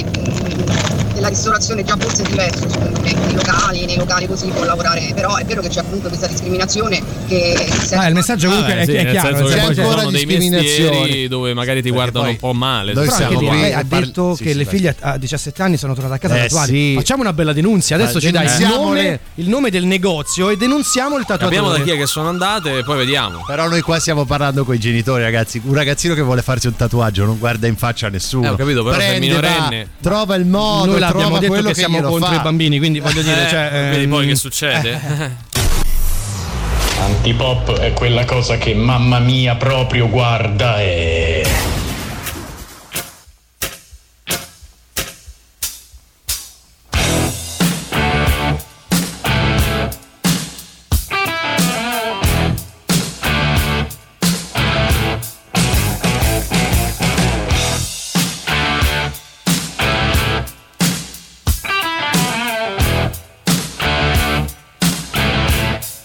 della ristorazione già forse è diverso, secondo me, nei locali così può lavorare, però è vero che c'è appunto questa discriminazione che il messaggio comunque è chiaro, c'è ancora sono dei mestieri dove magari ti guardano un po' male. Però anche lì lei ha detto che le figlie a 17 anni sono tornate a casa tatuate. Facciamo una bella denunzia, adesso ci dai il nome del negozio e denunziamo il tatuatore. Capiamo da chi è che sono andate e poi vediamo. Però noi qua stiamo parlando con i genitori, ragazzi. Un ragazzino che vuole farsi un tatuaggio non guarda in faccia a nessuno. Ho capito, però se è minorenne trova il modo. Noi l'abbiamo detto quello che siamo contro i bambini, quindi voglio dire, vedi poi che succede. Antipop è quella cosa che mamma mia proprio guarda e...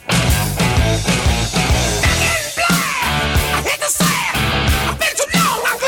I hit the sand, I've been too long.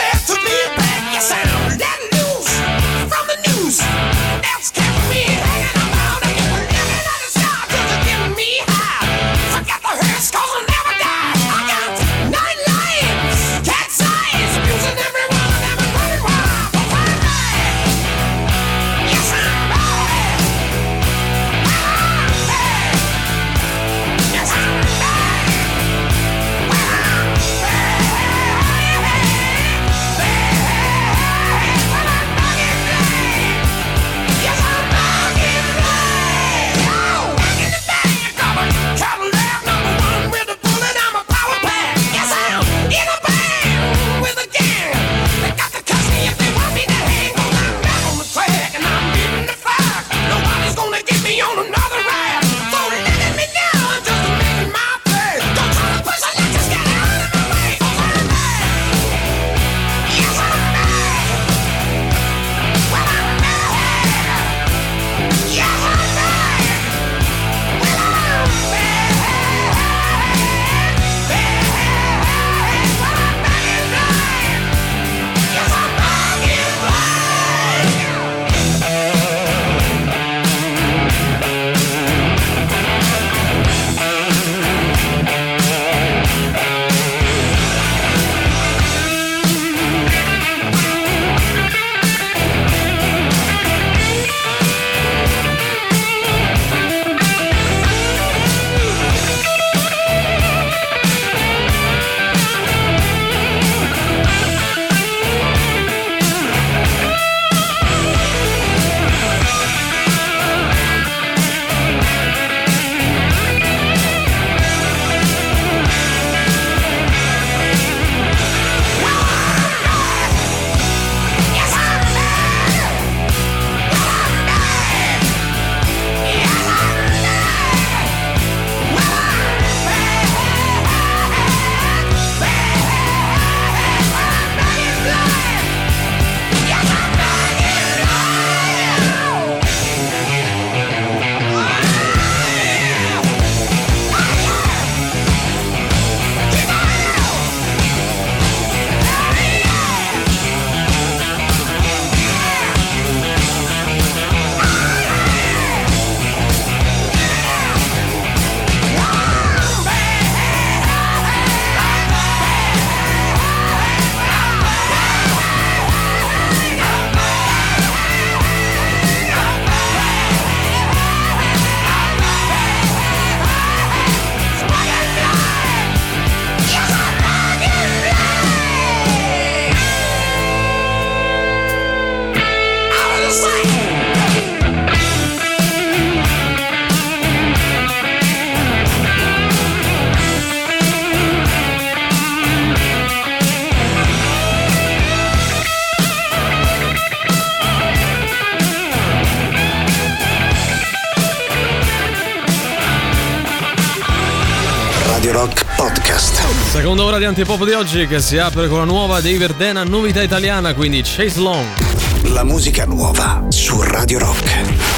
Radio Rock Podcast. Seconda ora di Antipop di oggi che si apre con la nuova dei Verdena, novità italiana, quindi Chase Long. La musica nuova su Radio Rock.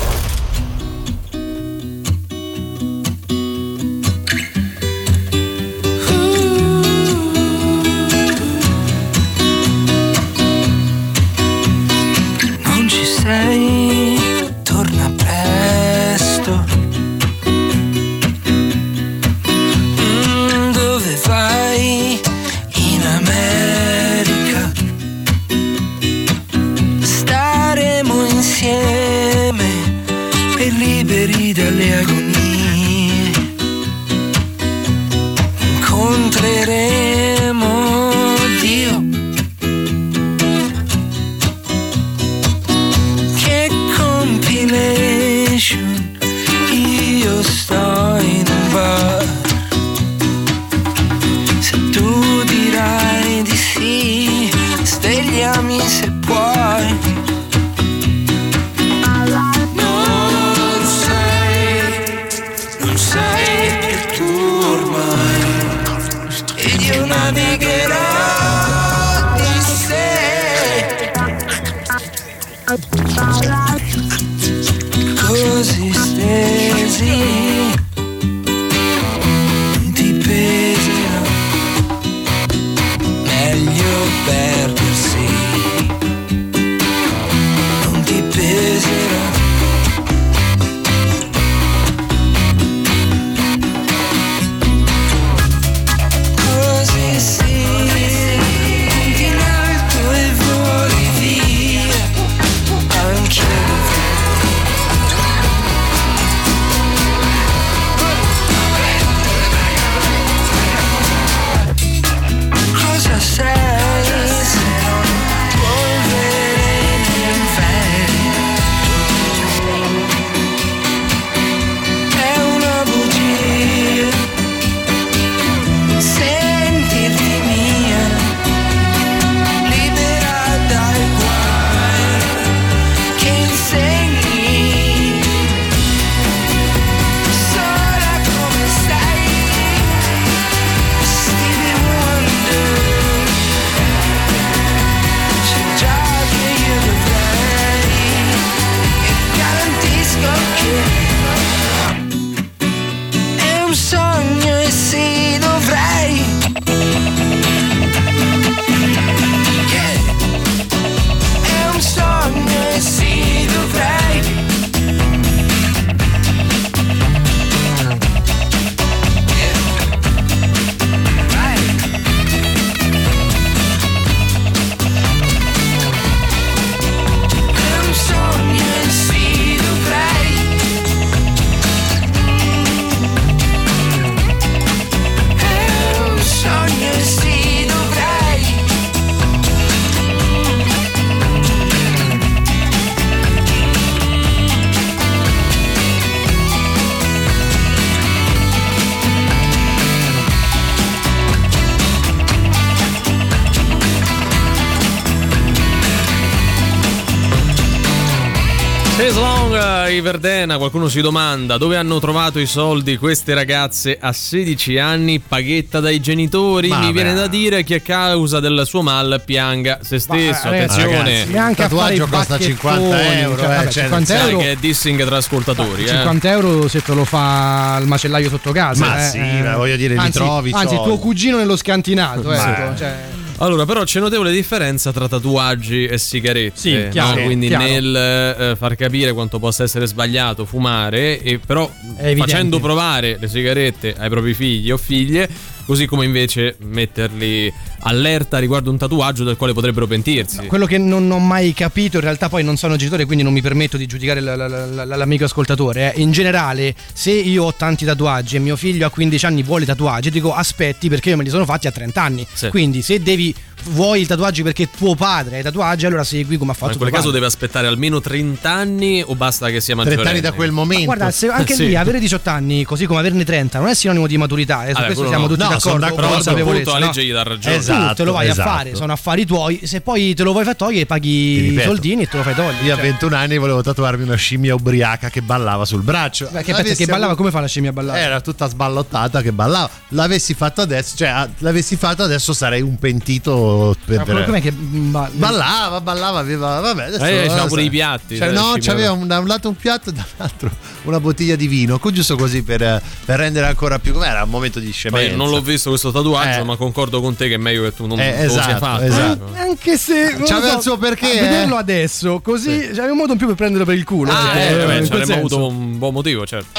Non ci sei, torna presto. Dove vai? In America. Staremo insieme e liberi dalle agonie. Incontreremo Dio. Che compilation, io sto in un bar. Se tu dirai di sì, svegliami se puoi. Non sai che tu ormai ed io navigherò di sé. Così stesi ti peserà, meglio perdersi, non ti peserà. Così sì, punti in alto e voli via, anche cosa sei se non polvere d'inverno? È una bugia sentirti mia, libera dai guai che insegni, sola come stai, Stevie Wonder. C'è già che io dovrei, e garantisco che è un sogno e sì dovrei. È un sogno e sì dovrei. È un sogno e sì dovrei. È un sogno e sì dovrei. Chase Long, i Verdena. Qualcuno si domanda dove hanno trovato i soldi queste ragazze a 16 anni, paghetta dai genitori. Mi viene da dire che a causa del suo mal pianga se stesso. Attenzione, neanche a fare i tatuaggio costa 50 euro, vabbè, 50 sai euro che è dissing tra ascoltatori. 50 euro se te lo fa il macellaio sotto casa. Ma sì, ma voglio dire, li trovi. Anzi, tuo cugino nello scantinato. Cioè. Allora, però c'è notevole differenza tra tatuaggi e sigarette. Sì, chiaro, no? Quindi chiaro. nel far capire quanto possa essere sbagliato fumare, e però facendo provare le sigarette ai propri figli o figlie, così come invece metterli allerta riguardo un tatuaggio del quale potrebbero pentirsi. No, quello che non ho mai capito, in realtà poi non sono genitore, quindi non mi permetto di giudicare l'amico ascoltatore. In generale, se io ho tanti tatuaggi e mio figlio a 15 anni vuole tatuaggi, dico aspetti perché io me li sono fatti a 30 anni. Sì. Quindi se devi vuoi i tatuaggi perché tuo padre ha i tatuaggi, allora segui come ha fatto. Ma in quel caso deve aspettare almeno 30 anni o basta che sia maggiorenne? 30 anni da quel momento. Ma guarda, anche lì avere 18 anni, così come averne 30, non è sinonimo di maturità. Su questo siamo tutti d'accordo. Però appunto la legge gli dà ragione. Esatto, tu te lo vai a fare, sono affari tuoi. Se poi te lo vuoi far togliere, paghi i soldini e te lo fai togliere. Io a 21 anni volevo tatuarmi una scimmia ubriaca che ballava sul braccio. Che ballava, come fa la scimmia a ballare? Era tutta sballottata che ballava. L'avessi fatto adesso sarei un pentito com'è che ballava, aveva vabbè, adesso c'aveva pure i piatti. C'aveva da un lato un piatto e dall'altro una bottiglia di vino, giusto così per rendere ancora più era un momento di scemenza. Non l'ho visto questo tatuaggio, ma concordo con te che è meglio che tu non lo sia fatto. Esatto. Anche se c'aveva il suo perché. Vederlo adesso, così c'aveva un modo in più per prenderlo per il culo. Avremmo avuto un buon motivo, certo.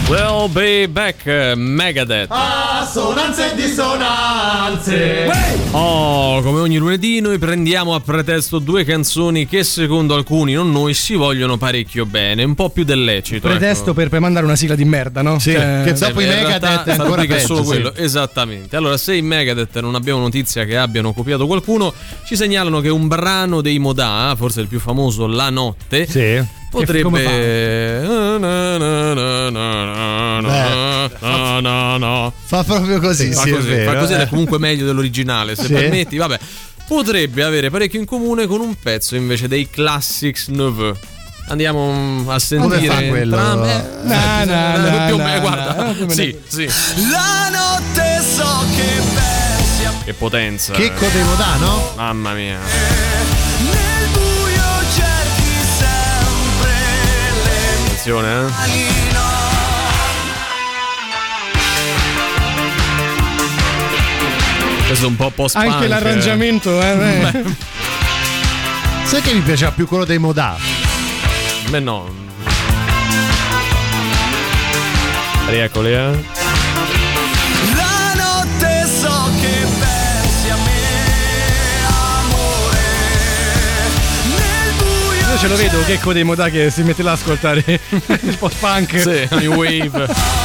We'll be back, Megadeth. Assonanze e dissonanze. Oh, come ogni lunedì noi prendiamo a pretesto due canzoni che secondo alcuni, non noi, si vogliono parecchio bene, un po' più del lecito. Pretesto per mandare una sigla di merda, no? Sì, che dopo i Megadeth è ancora che è peggio, solo sì. quello. Esattamente. Allora, se i Megadeth non abbiamo notizia che abbiano copiato qualcuno, ci segnalano che un brano dei Modà, forse il più famoso, La Notte, sì, potrebbe fa proprio così, sì, fa così, è vero, fa così ed è comunque meglio dell'originale, se permetti, vabbè. Potrebbe avere parecchio in comune con un pezzo invece dei Classics Neveu. Andiamo a sentire. Come fa quello? Guarda, sì. La notte so che pensi a me. Che potenza. Checco dei Modà, no? Mamma mia. Nel buio cerchi sempre le Attenzione, mani, Questo è un po' post-punk. Anche l'arrangiamento, Sai che mi piaceva più quello dei Modà? Beh no. Rieccoli, La notte so che pensi a me, amore. Nel buio Io ce lo vedo, Checco dei Modà che si mette là a ascoltare il post-punk. Sì, i Wave.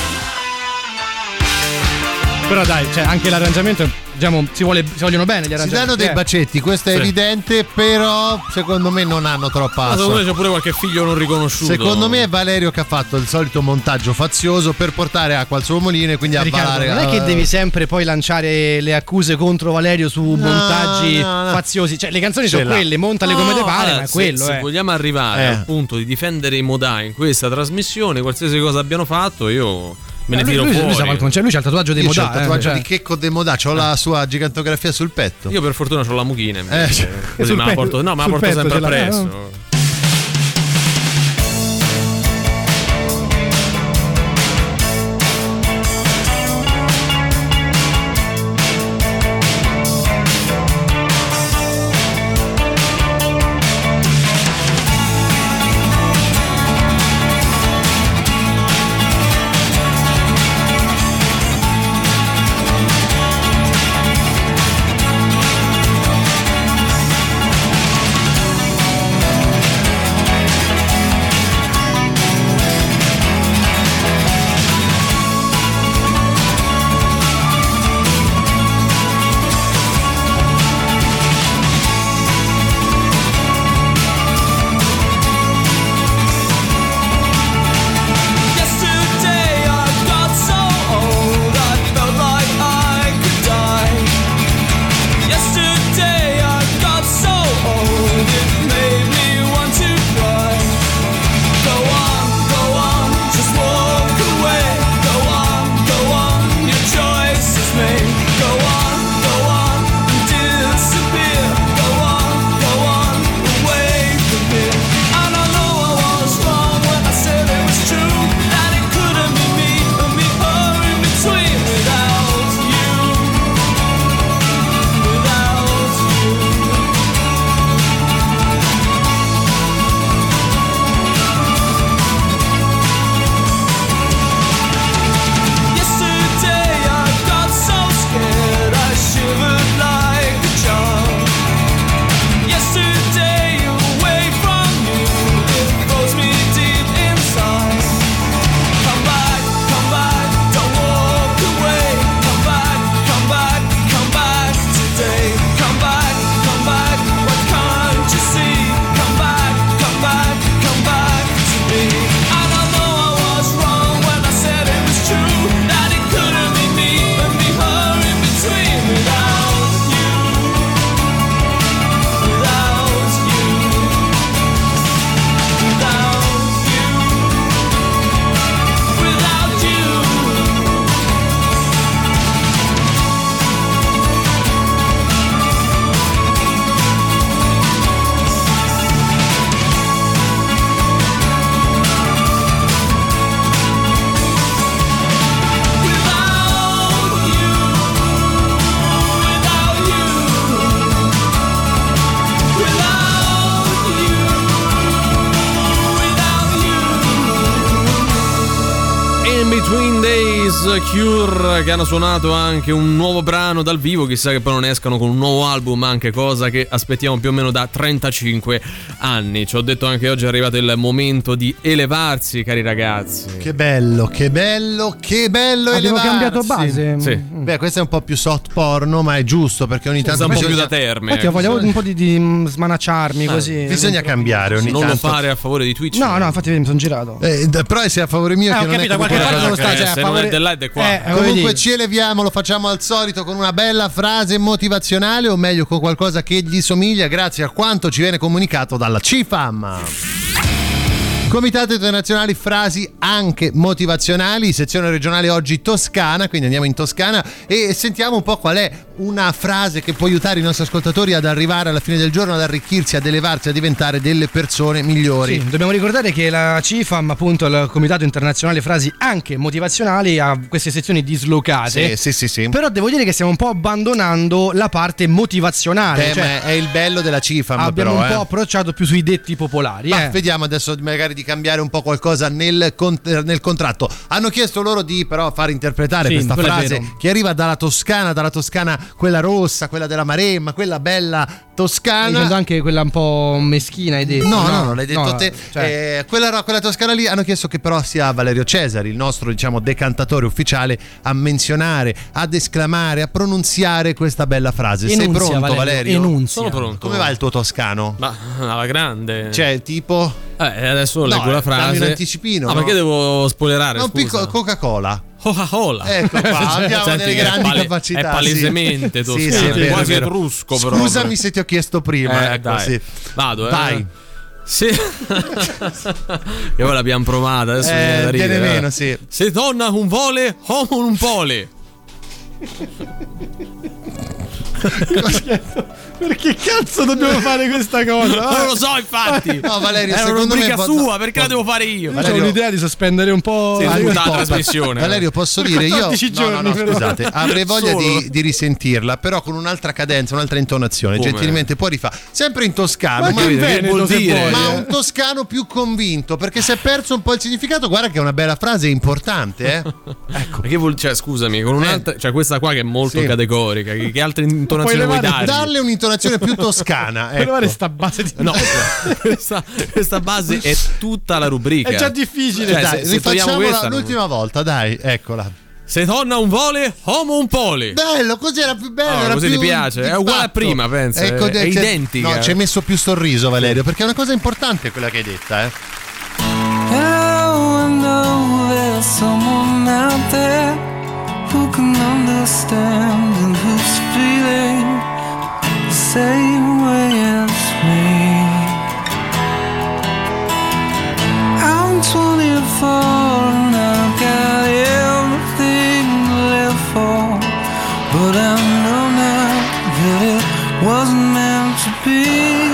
Però dai, cioè anche l'arrangiamento, diciamo, si vogliono bene gli Si arrangiamenti. danno dei bacetti, questo è evidente, però secondo me non hanno troppa Ma secondo me c'è pure qualche figlio non riconosciuto. Secondo me è Valerio che ha fatto il solito montaggio fazioso per portare acqua al suo mulino e quindi Riccardo, avvalare. non è che devi sempre poi lanciare le accuse contro Valerio su montaggi faziosi. Cioè, le canzoni sono quelle, montale come te pare, ma è quello. Se vogliamo arrivare al punto di difendere i Modà in questa trasmissione, qualsiasi cosa abbiano fatto, io me ne tiro fuori. Lui c'ha il tatuaggio dei Io Modà. c'ho il tatuaggio di Checco dei Modà, c'ho la sua gigantografia sul petto. Io per fortuna c'ho la mucchina. Così sul me la porto, me la porto sempre appresso. Between Days, Cure, che hanno suonato anche un nuovo brano dal vivo, chissà che poi non escano con un nuovo album, anche cosa che aspettiamo più o meno da 35 anni. Ci ho detto anche oggi è arrivato il momento di elevarsi, cari ragazzi. Che bello, che bello, che bello abbiamo elevarsi. Cambiato base? Sì. Beh, questo è un po' più soft porno, ma è giusto perché ogni tanto un po' bisogna... più da terme. Infatti voglio un po' di smanacciarmi così. Bisogna cambiare ogni non tanto. Non lo fare a favore di Twitch. No, infatti mi sono girato. Però se a favore mio che ho non capito, è qualche parte non sta, cioè, se a favore... non è dell'Ed è qua. Comunque ci eleviamo, lo facciamo al solito con una bella frase motivazionale, o meglio con qualcosa che gli somiglia grazie a quanto ci viene comunicato dalla CIFAM. Comitato Internazionali Frasi anche motivazionali, sezione regionale oggi Toscana, quindi andiamo in Toscana e sentiamo un po' qual è una frase che può aiutare i nostri ascoltatori ad arrivare alla fine del giorno, ad arricchirsi, ad elevarsi, a diventare delle persone migliori. Sì, dobbiamo ricordare che la CIFAM, appunto il Comitato Internazionale Frasi anche motivazionali, ha queste sezioni dislocate. Sì. Però devo dire che stiamo un po' abbandonando la parte motivazionale. Ma è il bello della CIFAM. Abbiamo però, un po' approcciato più sui detti popolari. Ma vediamo adesso magari di cambiare un po' qualcosa nel contratto. Hanno chiesto loro di però far interpretare questa frase che arriva dalla Toscana quella rossa, quella della Maremma, quella bella toscana. Dicendo anche quella un po' meschina, hai detto. No, l'hai detto te. Cioè... Quella toscana lì hanno chiesto che però sia Valerio Cesari, il nostro decantatore ufficiale, a menzionare, ad esclamare, a pronunziare questa bella frase. Sei pronto, Valerio? Enunzia. Sono pronto. Come va il tuo toscano? Ma alla grande. Cioè, tipo... adesso leggo la frase. Dammi un anticipino. Perché devo spoilerare? Un piccolo Coca-Cola. Coca-Cola. Ecco qua, abbiamo delle grandi capacità. È palesemente toscano, è quasi etrusco. Scusami se ti ho chiesto prima. Dai. Sì. Vado, Vai. Sì. Che ora l'abbiamo provata, adesso viene da ridere. Viene meno, sì. Se donna un vole, homo un pole. Perché cazzo dobbiamo fare questa cosa? Non lo so, infatti. No, Valerio, è una rubrica sua, perché la devo fare io? Valerio, ho un'idea di sospendere un po' la trasmissione. Valerio, posso dire io? No, scusate, avrei voglia di risentirla, però con un'altra cadenza, un'altra intonazione. Come? Gentilmente puoi rifare. Sempre in toscano, ma vuol dire? Ma un toscano più convinto, perché si è perso un po' il significato. Guarda che è una bella frase, è importante, Ecco. Perché scusami, con un'altra, cioè questa qua che è molto categorica, che altre intonazioni vuoi dare? Darle un'intonazione più toscana. Puoi levare sta base di questa base è tutta la rubrica. È già difficile. Cioè, dai, rifacciamola l'ultima volta, dai, eccola. Se donna un vole, homo un pole. Bello, così era più bello. Era così più ti piace? È uguale a prima, penso. È identica. No, ci hai messo più sorriso, Valerio, perché è una cosa importante quella che hai detta, I know there's someone out there who can understand and who's feeling the same way as me. I'm 24 and I've got everything to live for, but I know now that it wasn't meant to be.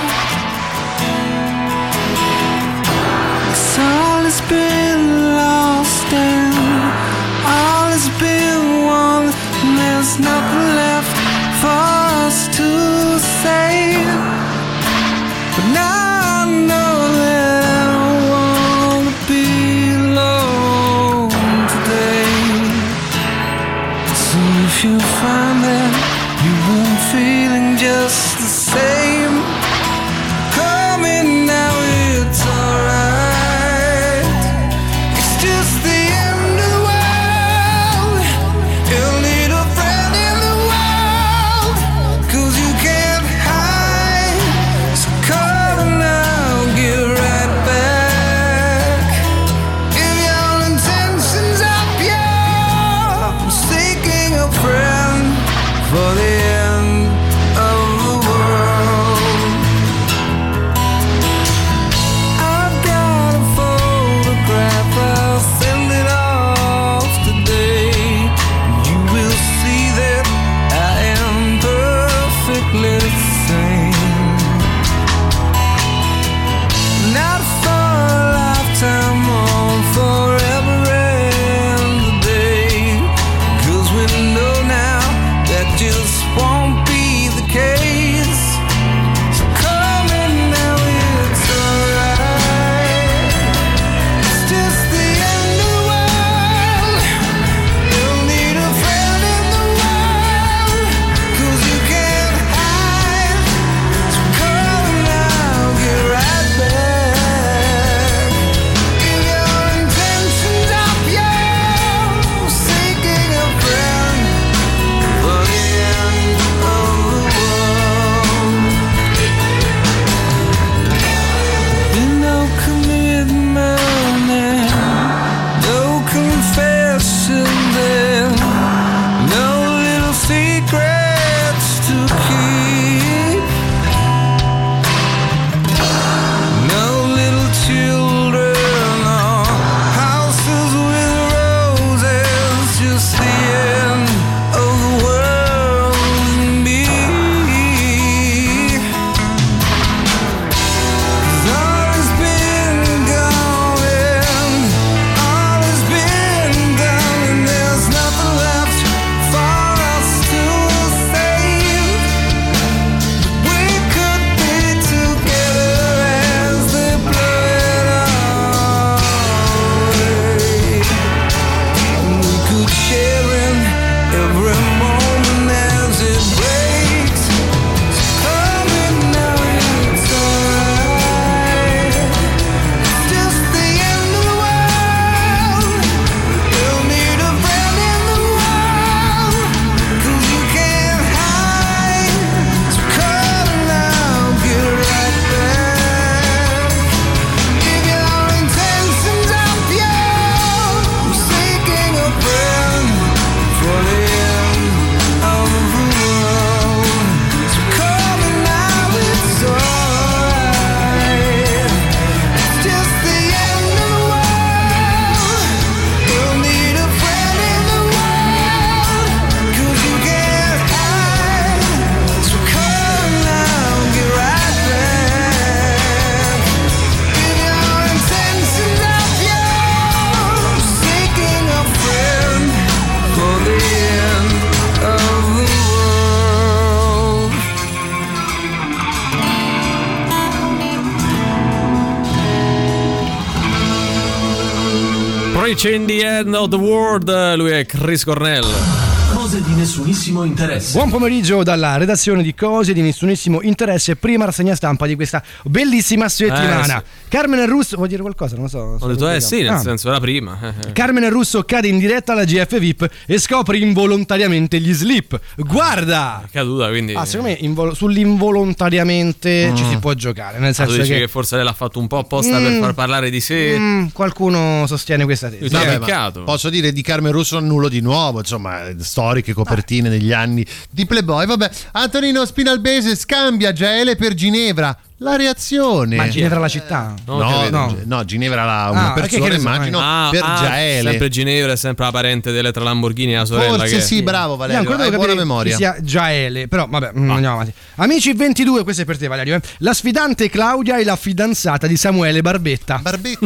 All has been lost and all has been won, and there's nothing left for us to say. But now I know that I don't want to be alone today. So if you find that you've been feeling just the same, call me now, it's alright. Reaching the End of the World, lui è Chris Cornell. Cose di nessunissimo interesse. Buon pomeriggio dalla redazione di Cose di nessunissimo interesse, prima rassegna stampa di questa bellissima settimana. Sì. Carmen Russo, vuoi dire qualcosa? Non lo so. Ho detto sì, nel senso era prima. Carmen Russo cade in diretta alla GF VIP e scopre involontariamente gli slip. Guarda! È caduta, quindi. Secondo me sull'involontariamente ci si può giocare, nel senso tu dici che forse lei l'ha fatto un po' apposta per far parlare di sé. Qualcuno sostiene questa tesi. Peccato. Posso dire di Carmen Russo nulla di nuovo, insomma, storiche copertine negli anni di Playboy. Vabbè, Antonino Spinalbese scambia Jaele per Ginevra. La reazione. Ma Ginevra la città? No, Ginevra una persona, immagino, per Jaele. Sempre Ginevra è sempre la parente delle tra Lamborghini e la sorella. Forse sì, bravo Valerio, hai buona memoria. Sia Jaele, però vabbè, andiamo avanti. Amici 22, questo è per te Valerio. La sfidante Claudia è la fidanzata di Samuele Barbetta.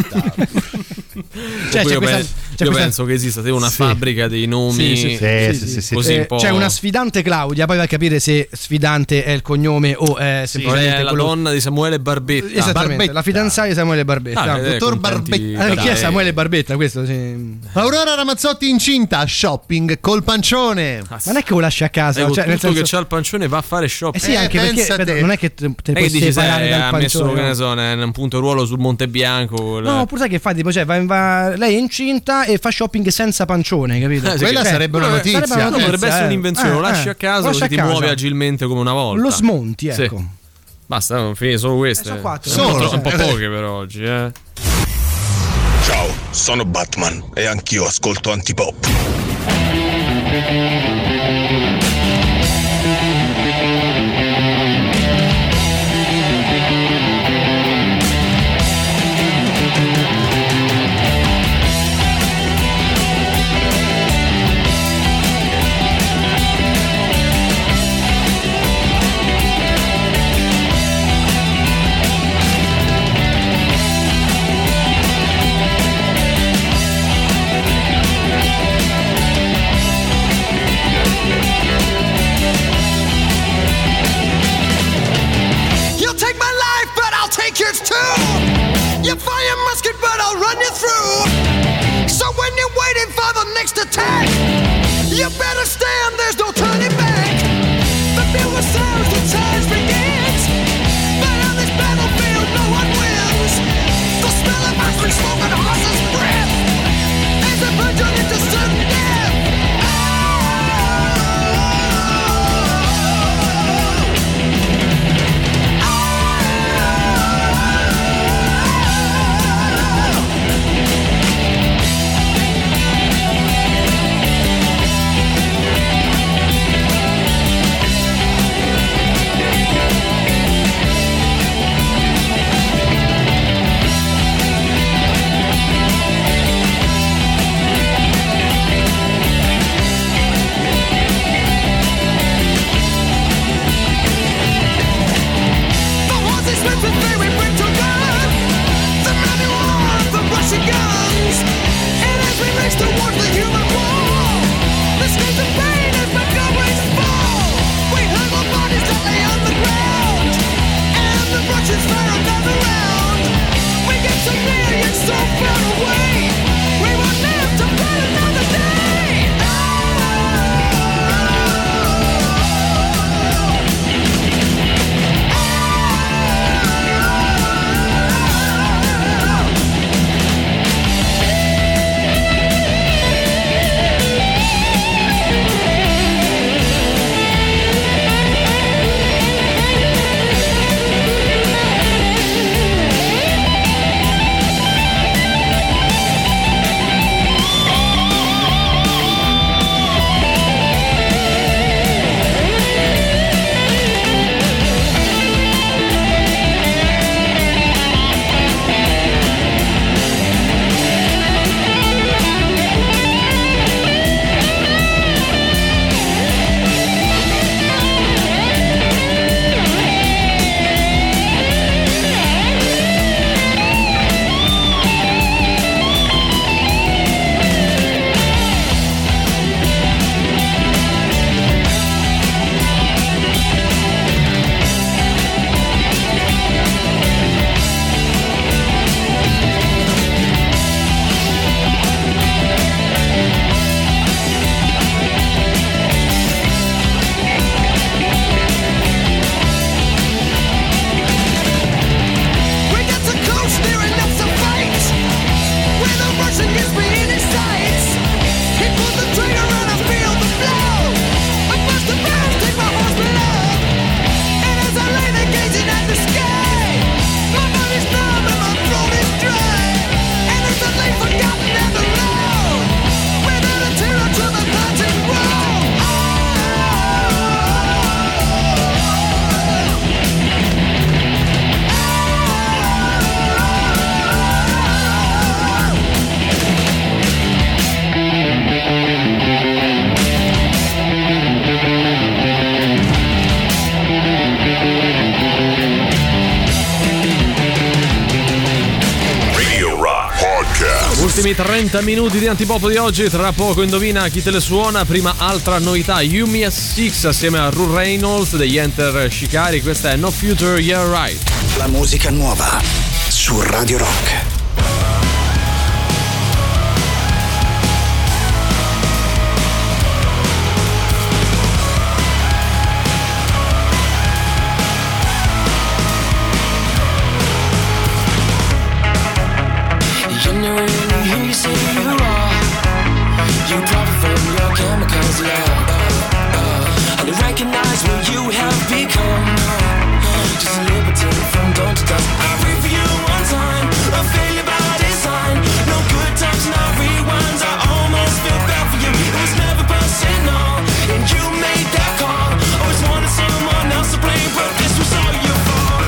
Io penso che esista una fabbrica dei nomi così un po'. C'è una sfidante Claudia, poi vai a capire se sfidante è il cognome o è semplicemente è la donna di Samuele Barbetta. Esattamente, Barbetta. la fidanzata di Samuele Barbetta. Dottor Barbetta. Chi è Samuele Barbetta? Questo sì. Aurora Ramazzotti incinta, shopping col pancione. Ma non è che lo lasci a casa, cioè, nel senso che c'ha il pancione va a fare shopping. Sì, anche perché non è che te puoi separare dal pancione. Ha messo, che ne so, un punto ruolo sul Monte Bianco. No, pure sai che fa, tipo, cioè, lei è incinta e fa shopping senza pancione, capito? Quella sarebbe una notizia. Potrebbe essere un'invenzione, lo lasci a casa così ti muovi agilmente come una volta. Lo smonti, ecco. Sì. Basta, non finire solo queste. Sono 4. Sono un po' poche per oggi, Ciao, sono Batman e anch'io ascolto Antipop. Yours too. You fire a musket, but I'll run you through. So when you're waiting for the next attack, you better stand. There's no turning back. The fewer sounds, the time begins. But on this battlefield, no one wins. The smell of ice smoke and horse's breath as a virgin into sudden death. Ultimi 30 minuti di Antipop di oggi, tra poco indovina chi te le suona, prima altra novità, Yumi S6 assieme a Ru Reynolds degli Enter Shikari, questa è No Future, Yeah Right. La musica nuova su Radio Rock. Recognize what you have become. Just liberty from dawn to dusk. I breathe for you one time. A failure by design. No good times, not rewinds. I almost feel bad for you. It was never personal, and you made that call. Always wanted someone else to blame, but this was all your fault.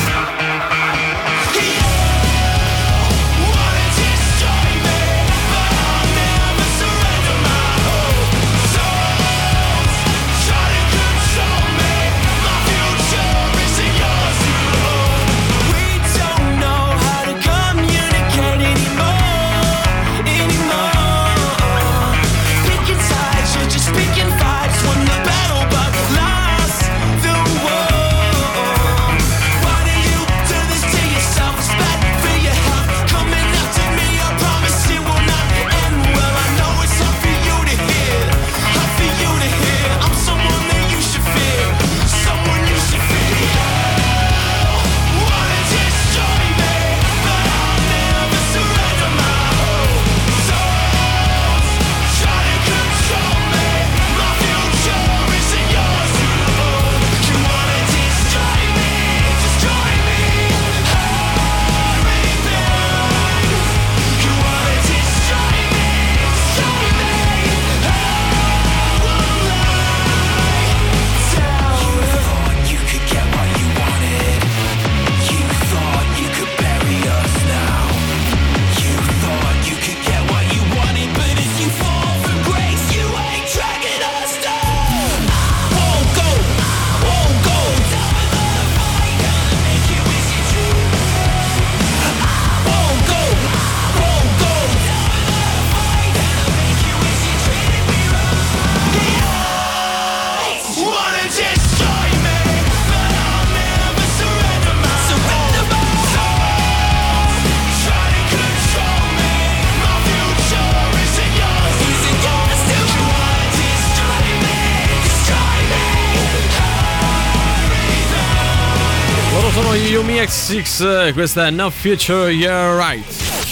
Sono gli Yumi S6, questa è No Future, Yeah Right.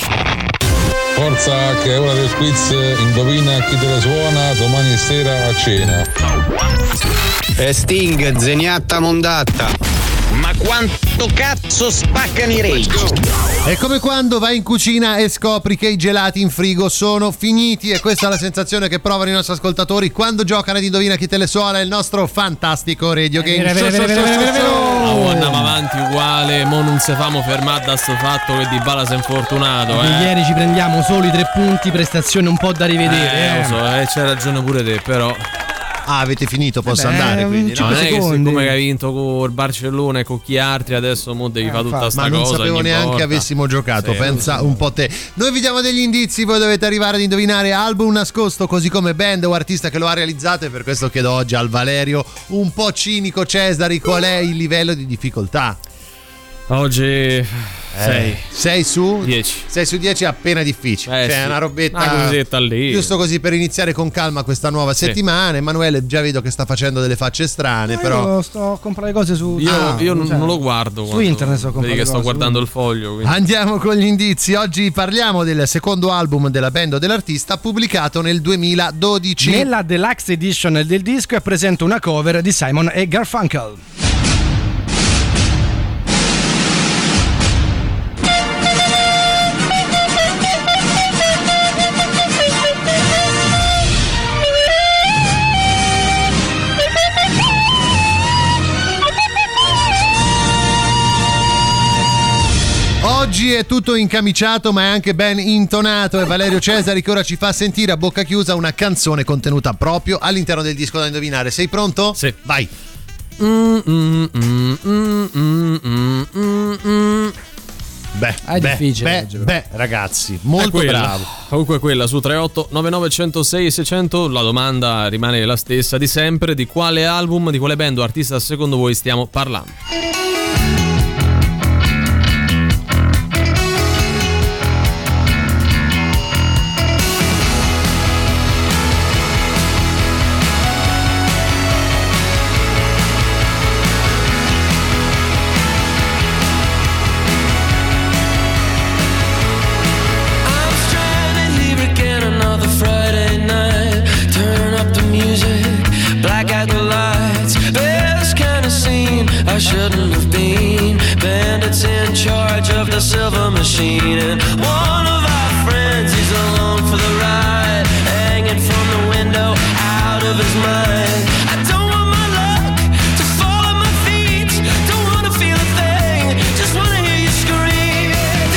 Forza che è ora del quiz, indovina chi te la suona domani sera a cena. Sting, Zeniatta Mondatta. Ma quanto cazzo spaccano i rage? È come quando vai in cucina e scopri che i gelati in frigo sono finiti, e questa è la sensazione che provano i nostri ascoltatori quando giocano ad Indovina chi te le suona, il nostro fantastico radio game. Andiamo avanti uguale, mo non se famo fermare da sto fatto che Dybala si è infortunato. Ieri ci prendiamo soli 3 punti, prestazione un po' da rivedere. Lo so, c'hai ragione pure te, però. Ah, avete finito, posso andare quindi, no? Non è che siccome hai vinto con il Barcellona e con chi altri adesso mo devi fare tutta sta cosa. Ma non sapevo neanche che avessimo giocato, pensa un po' te. Noi vi diamo degli indizi, voi dovete arrivare ad indovinare album nascosto, così come band o artista che lo ha realizzato, e per questo chiedo oggi al Valerio, un po' cinico Cesari, qual è il livello di difficoltà? Oggi 6 su 10. 6 su 10 è appena difficile. Cioè, sì, una robetta, una cosetta lì. Giusto così per iniziare con calma questa nuova settimana. Emanuele già vedo che sta facendo delle facce strane, però io sto a comprare cose su Io non lo guardo su internet, sto comprando che sto cose, guardando il foglio, quindi. Andiamo con gli indizi. Oggi parliamo del secondo album della band o dell'artista, pubblicato nel 2012. Nella deluxe edition del disco è presente una cover di Simon e Garfunkel. Oggi è tutto incamiciato, ma è anche ben intonato. È Valerio Cesari che ora ci fa sentire a bocca chiusa una canzone contenuta proprio all'interno del disco da indovinare. Sei pronto? Sì. Vai. difficile. Ragazzi, molto bravo. Comunque quella su 38 99 106 600 la domanda rimane la stessa di sempre: di quale album, di quale band o artista secondo voi stiamo parlando? Shouldn't have been bandits in charge of the silver machine, and one of our friends is along for the ride, hanging from the window out of his mind. I don't want my luck to fall at my feet, don't want to feel a thing, just want to hear you scream.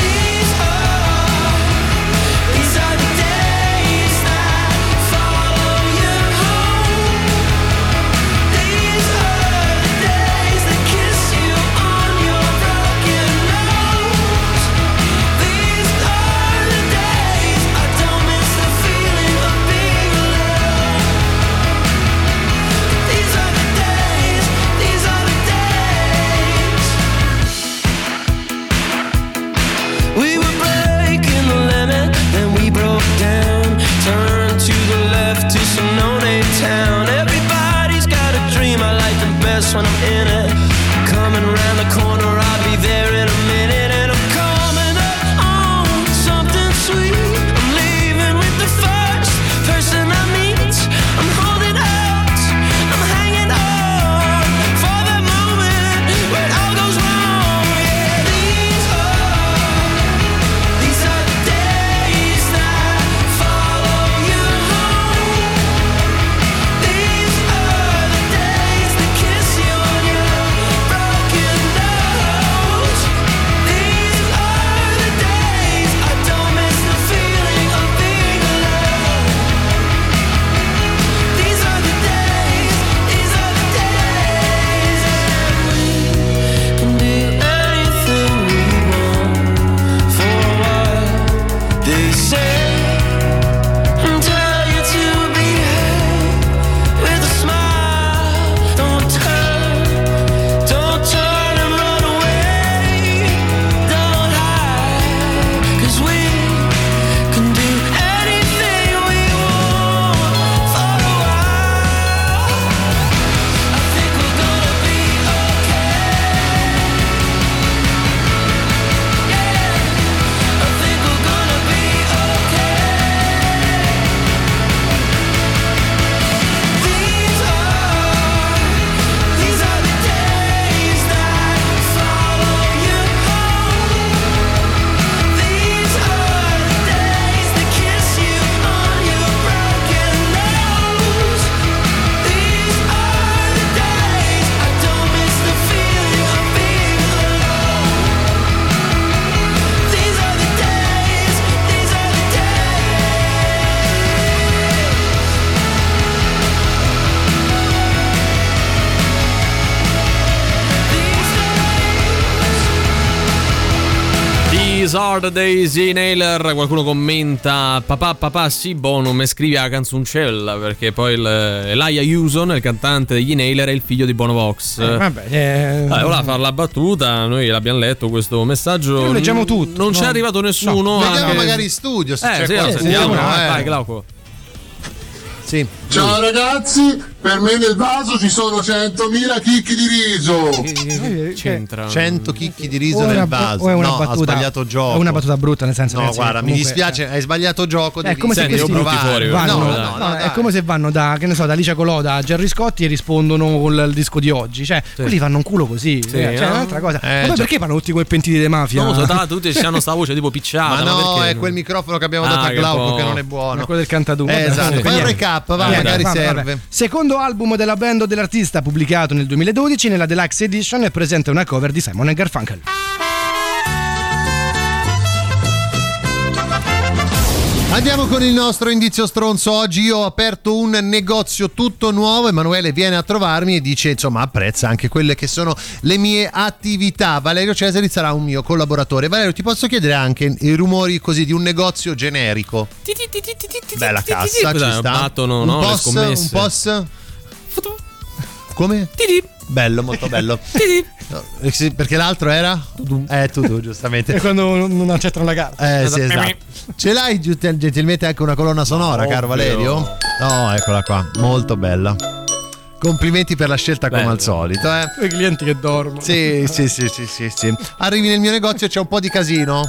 These are the days that follow you home. These are the days that kiss you on your broken nose. These are the days I don't miss the feeling of being alone. These are the days, these are the days. We were breaking the limit, then we broke down. Turned to the left to some no-name town. Everybody's got a dream, I like them best when I'm in it. Coming around the corner, I'll be there in a minute. And I'm coming up on something sweet. I'm leaving with the first person I meet. I'm holding out, I'm hanging on for the moment when all goes wrong. Yeah, these are the days that follow you home. These are the days that kiss you on your broken nose. These are the days I don't miss the feeling of being alone. These are the days, these are the days. We can do anything we want for a while. They say and tell you to behave with a smile. Don't turn and run away. Don't hide, 'cause we can do anything we want for a while. I think we're gonna be okay. Yeah, I think we're gonna be okay. These are the days that follow you home. These are the days that kiss you on your broken nose. These are the days I don't miss the feeling of being alone. These are the days, these are the These are the days, Nailer. Qualcuno commenta papà sì bonum e scrive la canzoncella, perché poi Elijah Hewson, il cantante degli Nailer, è il figlio di Bono Vox. Voleva fare la battuta, noi l'abbiamo letto questo messaggio. Lo leggiamo tutto. Non c'è arrivato nessuno. Vediamo magari in studio se c'è qualcuno. Sentiamo. Vai Glauco. Sì. Ciao ragazzi, per me nel vaso ci sono 100.000 chicchi di riso. C'entra 100 chicchi di riso nel vaso. O è una no, battuta, ha sbagliato gioco. È una battuta brutta, nel senso. No, ragazzi, guarda, comunque, mi dispiace, hai sbagliato gioco. È come se fuori. È come se vanno da, che ne so, da Alicia Coloda a Gerry Scotti e rispondono con il disco di oggi. Cioè, quelli fanno un culo così. Cioè, è un'altra cosa. Ma poi perché fanno tutti quei pentiti di mafia? Non lo so, tutti hanno sta voce tipo picciata. Ma no, è quel microfono che abbiamo dato a Glauco che non è buono. È quello del cantaduro. Esatto. Fai un recap, magari serve. Secondo album della band o dell'artista, pubblicato nel 2012, nella Deluxe Edition è presente una cover di Simon & Garfunkel. Andiamo con il nostro indizio stronzo. Oggi io ho aperto un negozio tutto nuovo. Emanuele viene a trovarmi e dice, insomma, apprezza anche quelle che sono le mie attività. Valerio Cesari sarà un mio collaboratore. Valerio, ti posso chiedere anche i rumori così di un negozio generico? Bella cassa, ci sta. Un POS? Come? Bello, molto bello. Perché l'altro era? Tu, giustamente. E quando non accettano la carta. Sì, esatto. Ce l'hai gentilmente anche una colonna sonora, caro Valerio? No, eccola qua, molto bella. Complimenti per la scelta come al solito, I clienti che dormono. Sì. Arrivi nel mio negozio e c'è un po' di casino.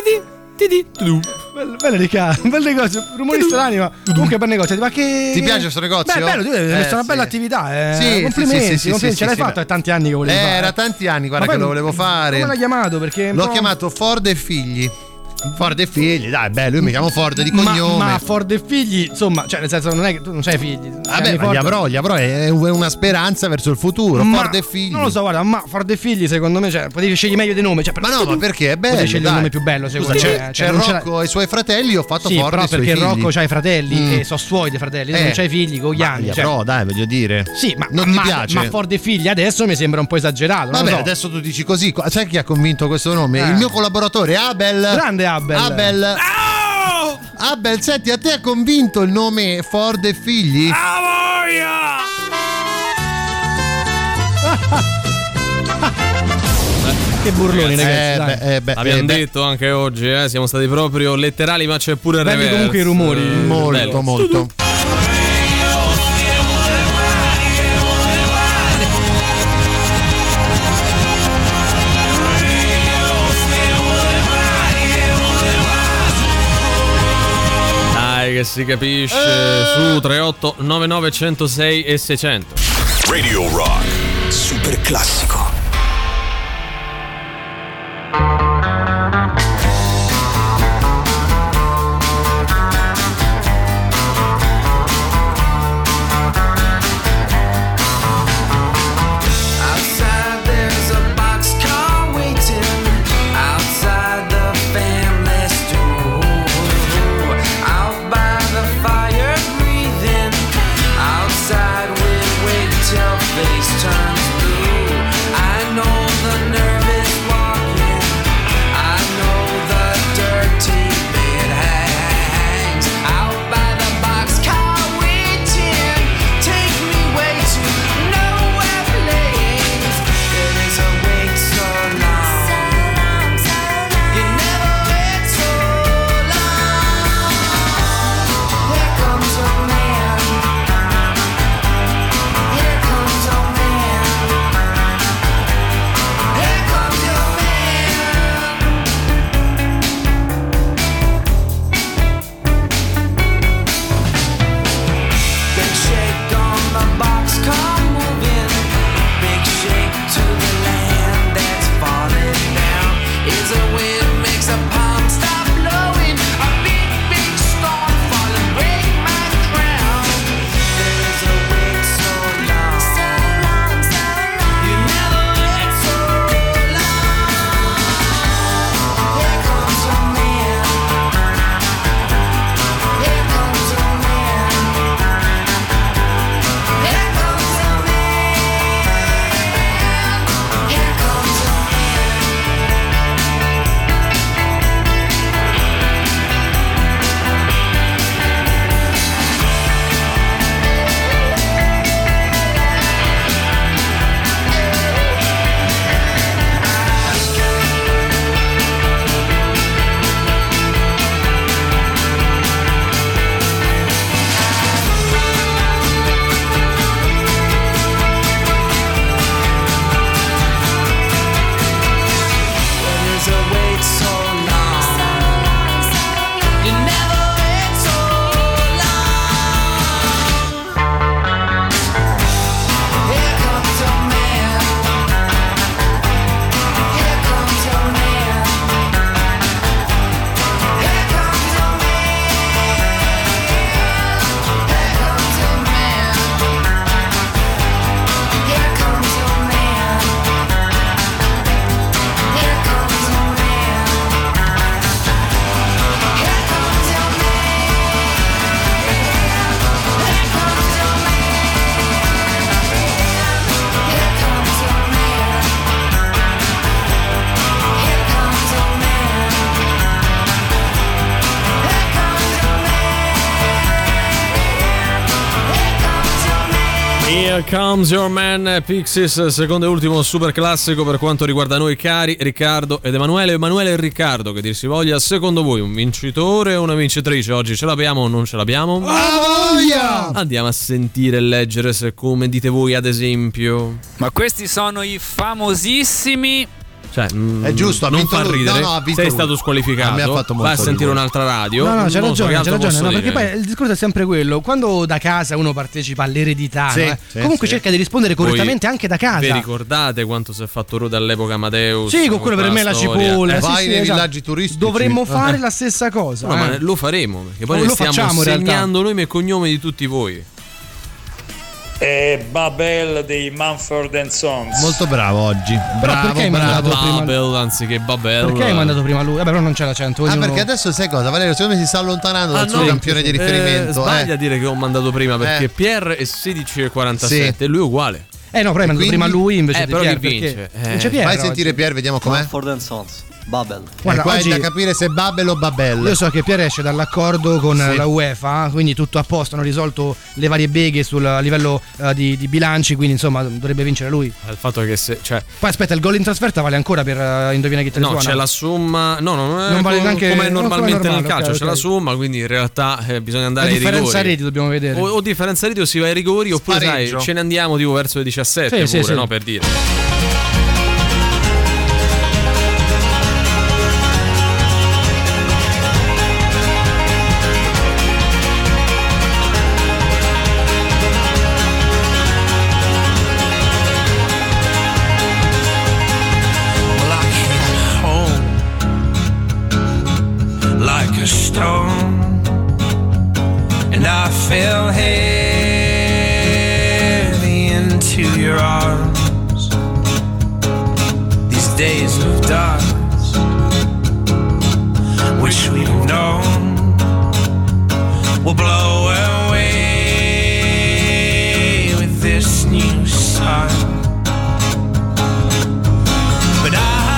Bel negozio, rumori strani, ma comunque bel negozio. Ma che ti piace questo negozio? Beh, bello, tu hai messo una bella attività. Complimenti, ce l'hai fatto, è tanti anni che volevi fare. Era tanti anni, guarda, che lo volevo fare. Come l'hai chiamato? Perché l'ho chiamato Ford e Figli. Ford e figli, dai, bello, io mi chiamo Ford di cognome. Ma Ford e figli, insomma, cioè nel senso non è che tu non c'hai figli. Vabbè, ma gli avrò, è una speranza verso il futuro. Ford e figli. Non lo so, guarda, ma Ford e figli, secondo me, cioè, potevi scegliere meglio dei nomi. Cioè, ma no, ma perché è bello? Potevi scegliere il nome più bello, secondo me. C'è Rocco e i suoi fratelli, io ho fatto Ford però e i suoi perché figli. Rocco c'ha i fratelli e so suoi dei fratelli, non c'hai figli con gli anni. Però dai, voglio dire. Sì, ma non ti piace. Ma Ford e figli adesso mi sembra un po' esagerato. Vabbè, adesso tu dici così. Sai chi ha convinto questo nome? Il mio collaboratore Abel. Grande Abel. Abel, senti, a te ha convinto il nome Ford e figli? Che burloni, ragazzi. Abbiamo detto anche oggi, siamo stati proprio letterali, ma c'è pure il reverso. Comunque i rumori. Molto. Che si capisce su 38 99 106 e 600. Radio Rock super classico. Face turns blue. I Here Comes Your Man, Pixies, secondo e ultimo super classico per quanto riguarda noi cari Riccardo ed Emanuele. Emanuele e Riccardo, che dir si voglia, secondo voi un vincitore o una vincitrice oggi? Ce l'abbiamo o non ce l'abbiamo? Andiamo a sentire e leggere se, come dite voi, ad esempio. Ma questi sono i famosissimi... Cioè, è giusto, non fa ridere. No, ha sei stato squalificato. Mi ha fatto molto vai a sentire un'altra radio. No, c'è ragione, no, perché poi il discorso è sempre quello. Quando da casa uno partecipa all'eredità, comunque cerca di rispondere correttamente anche da casa. Vi ricordate quanto si è fatto rude all'epoca Amadeus? Sì, con quello per me la cipolla. Vai nei villaggi turistici. Dovremmo fare la stessa cosa. No, ma lo faremo, perché poi ne stiamo segnando nome e cognome di tutti voi. È Babel dei Mumford & Sons. Molto bravo oggi. Bravo, Babel anziché Babel. Perché hai mandato prima lui? Vabbè, però non c'è l'accento. Perché adesso sai cosa? Valerio, secondo me si sta allontanando dal suo campione di riferimento. Sbaglia a dire che ho mandato prima, perché Pierre è 16,47 e lui è uguale. No, però hai mandato prima lui invece di Pierre. Vince. Vince Pierre. Vai a sentire Pierre, vediamo com'è. Mumford & Sons. Babel. Guarda, qua oggi è da capire se Babel o Babel. Io so che Pierre esce dall'accordo con la UEFA, quindi tutto a posto, hanno risolto le varie beghe a livello di bilanci, quindi insomma dovrebbe vincere lui. Il fatto è che poi aspetta, il gol in trasferta vale ancora per Indovina chi te ne suona? No, c'è la somma. No, non vale neanche come normalmente nel calcio, c'è la somma, quindi in realtà bisogna andare ai rigori. Differenza reti dobbiamo vedere. O differenza reti o si va ai rigori, oppure sai, ce ne andiamo tipo verso le 17 pure, no, per dire. And I fell heavy into your arms. These days of dust, which we've known, will blow away with this new sun. But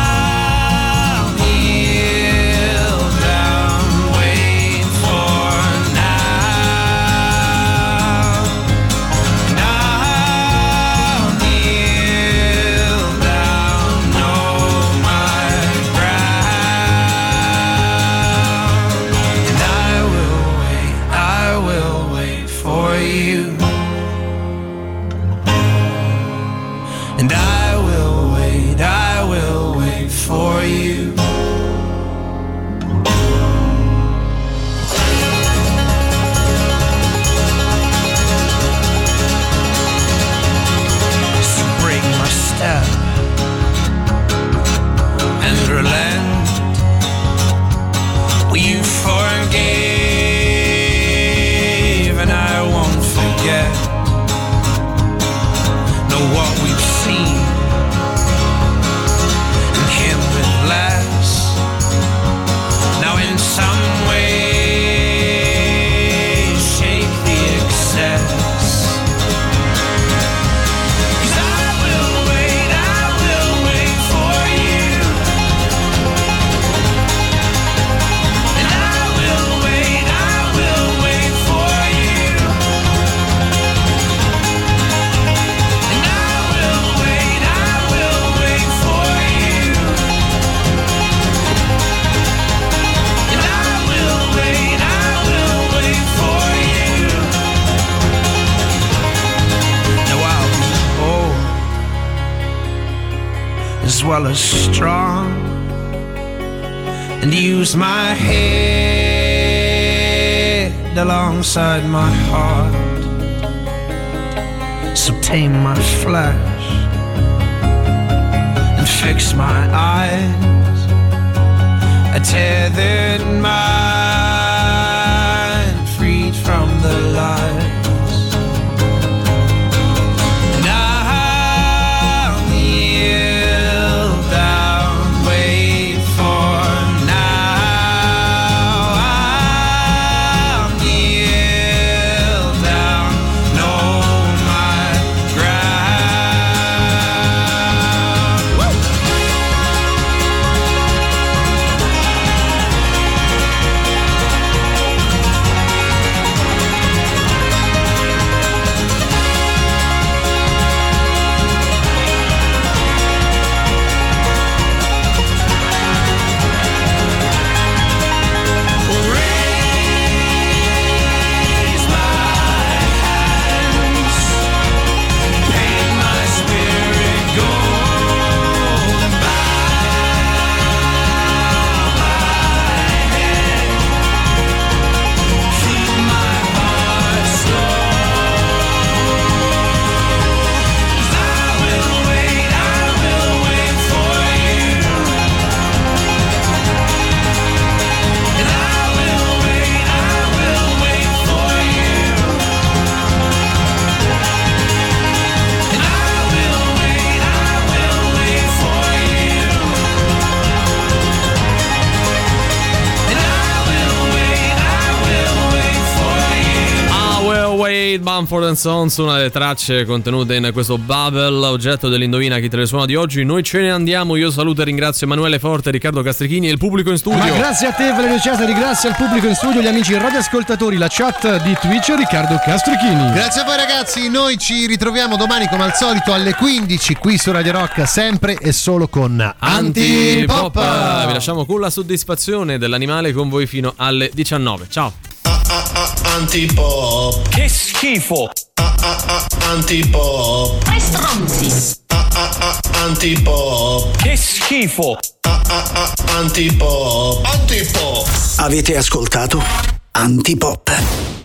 well as strong, and use my head alongside my heart. So tame my flesh and fix my eyes, a tethered mind freed from the lies. Kate Bamford & Sons, una delle tracce contenute in questo Bubble, oggetto dell'Indovina chi te le suona di oggi. Noi ce ne andiamo, io saluto e ringrazio Emanuele Forte, Riccardo Castrichini e il pubblico in studio. Ma grazie a te Valerio Cesari, grazie al pubblico in studio, gli amici radioascoltatori, la chat di Twitch, Riccardo Castrichini. Grazie a voi ragazzi, noi ci ritroviamo domani come al solito alle 15 qui su Radio Rock, sempre e solo con Antipop. Vi lasciamo con la soddisfazione dell'animale con voi fino alle 19. Ciao. Antipop. Che schifo. Antipop. Che stronzi. Antipop. Che schifo. Antipop. Antipop. Avete ascoltato Antipop.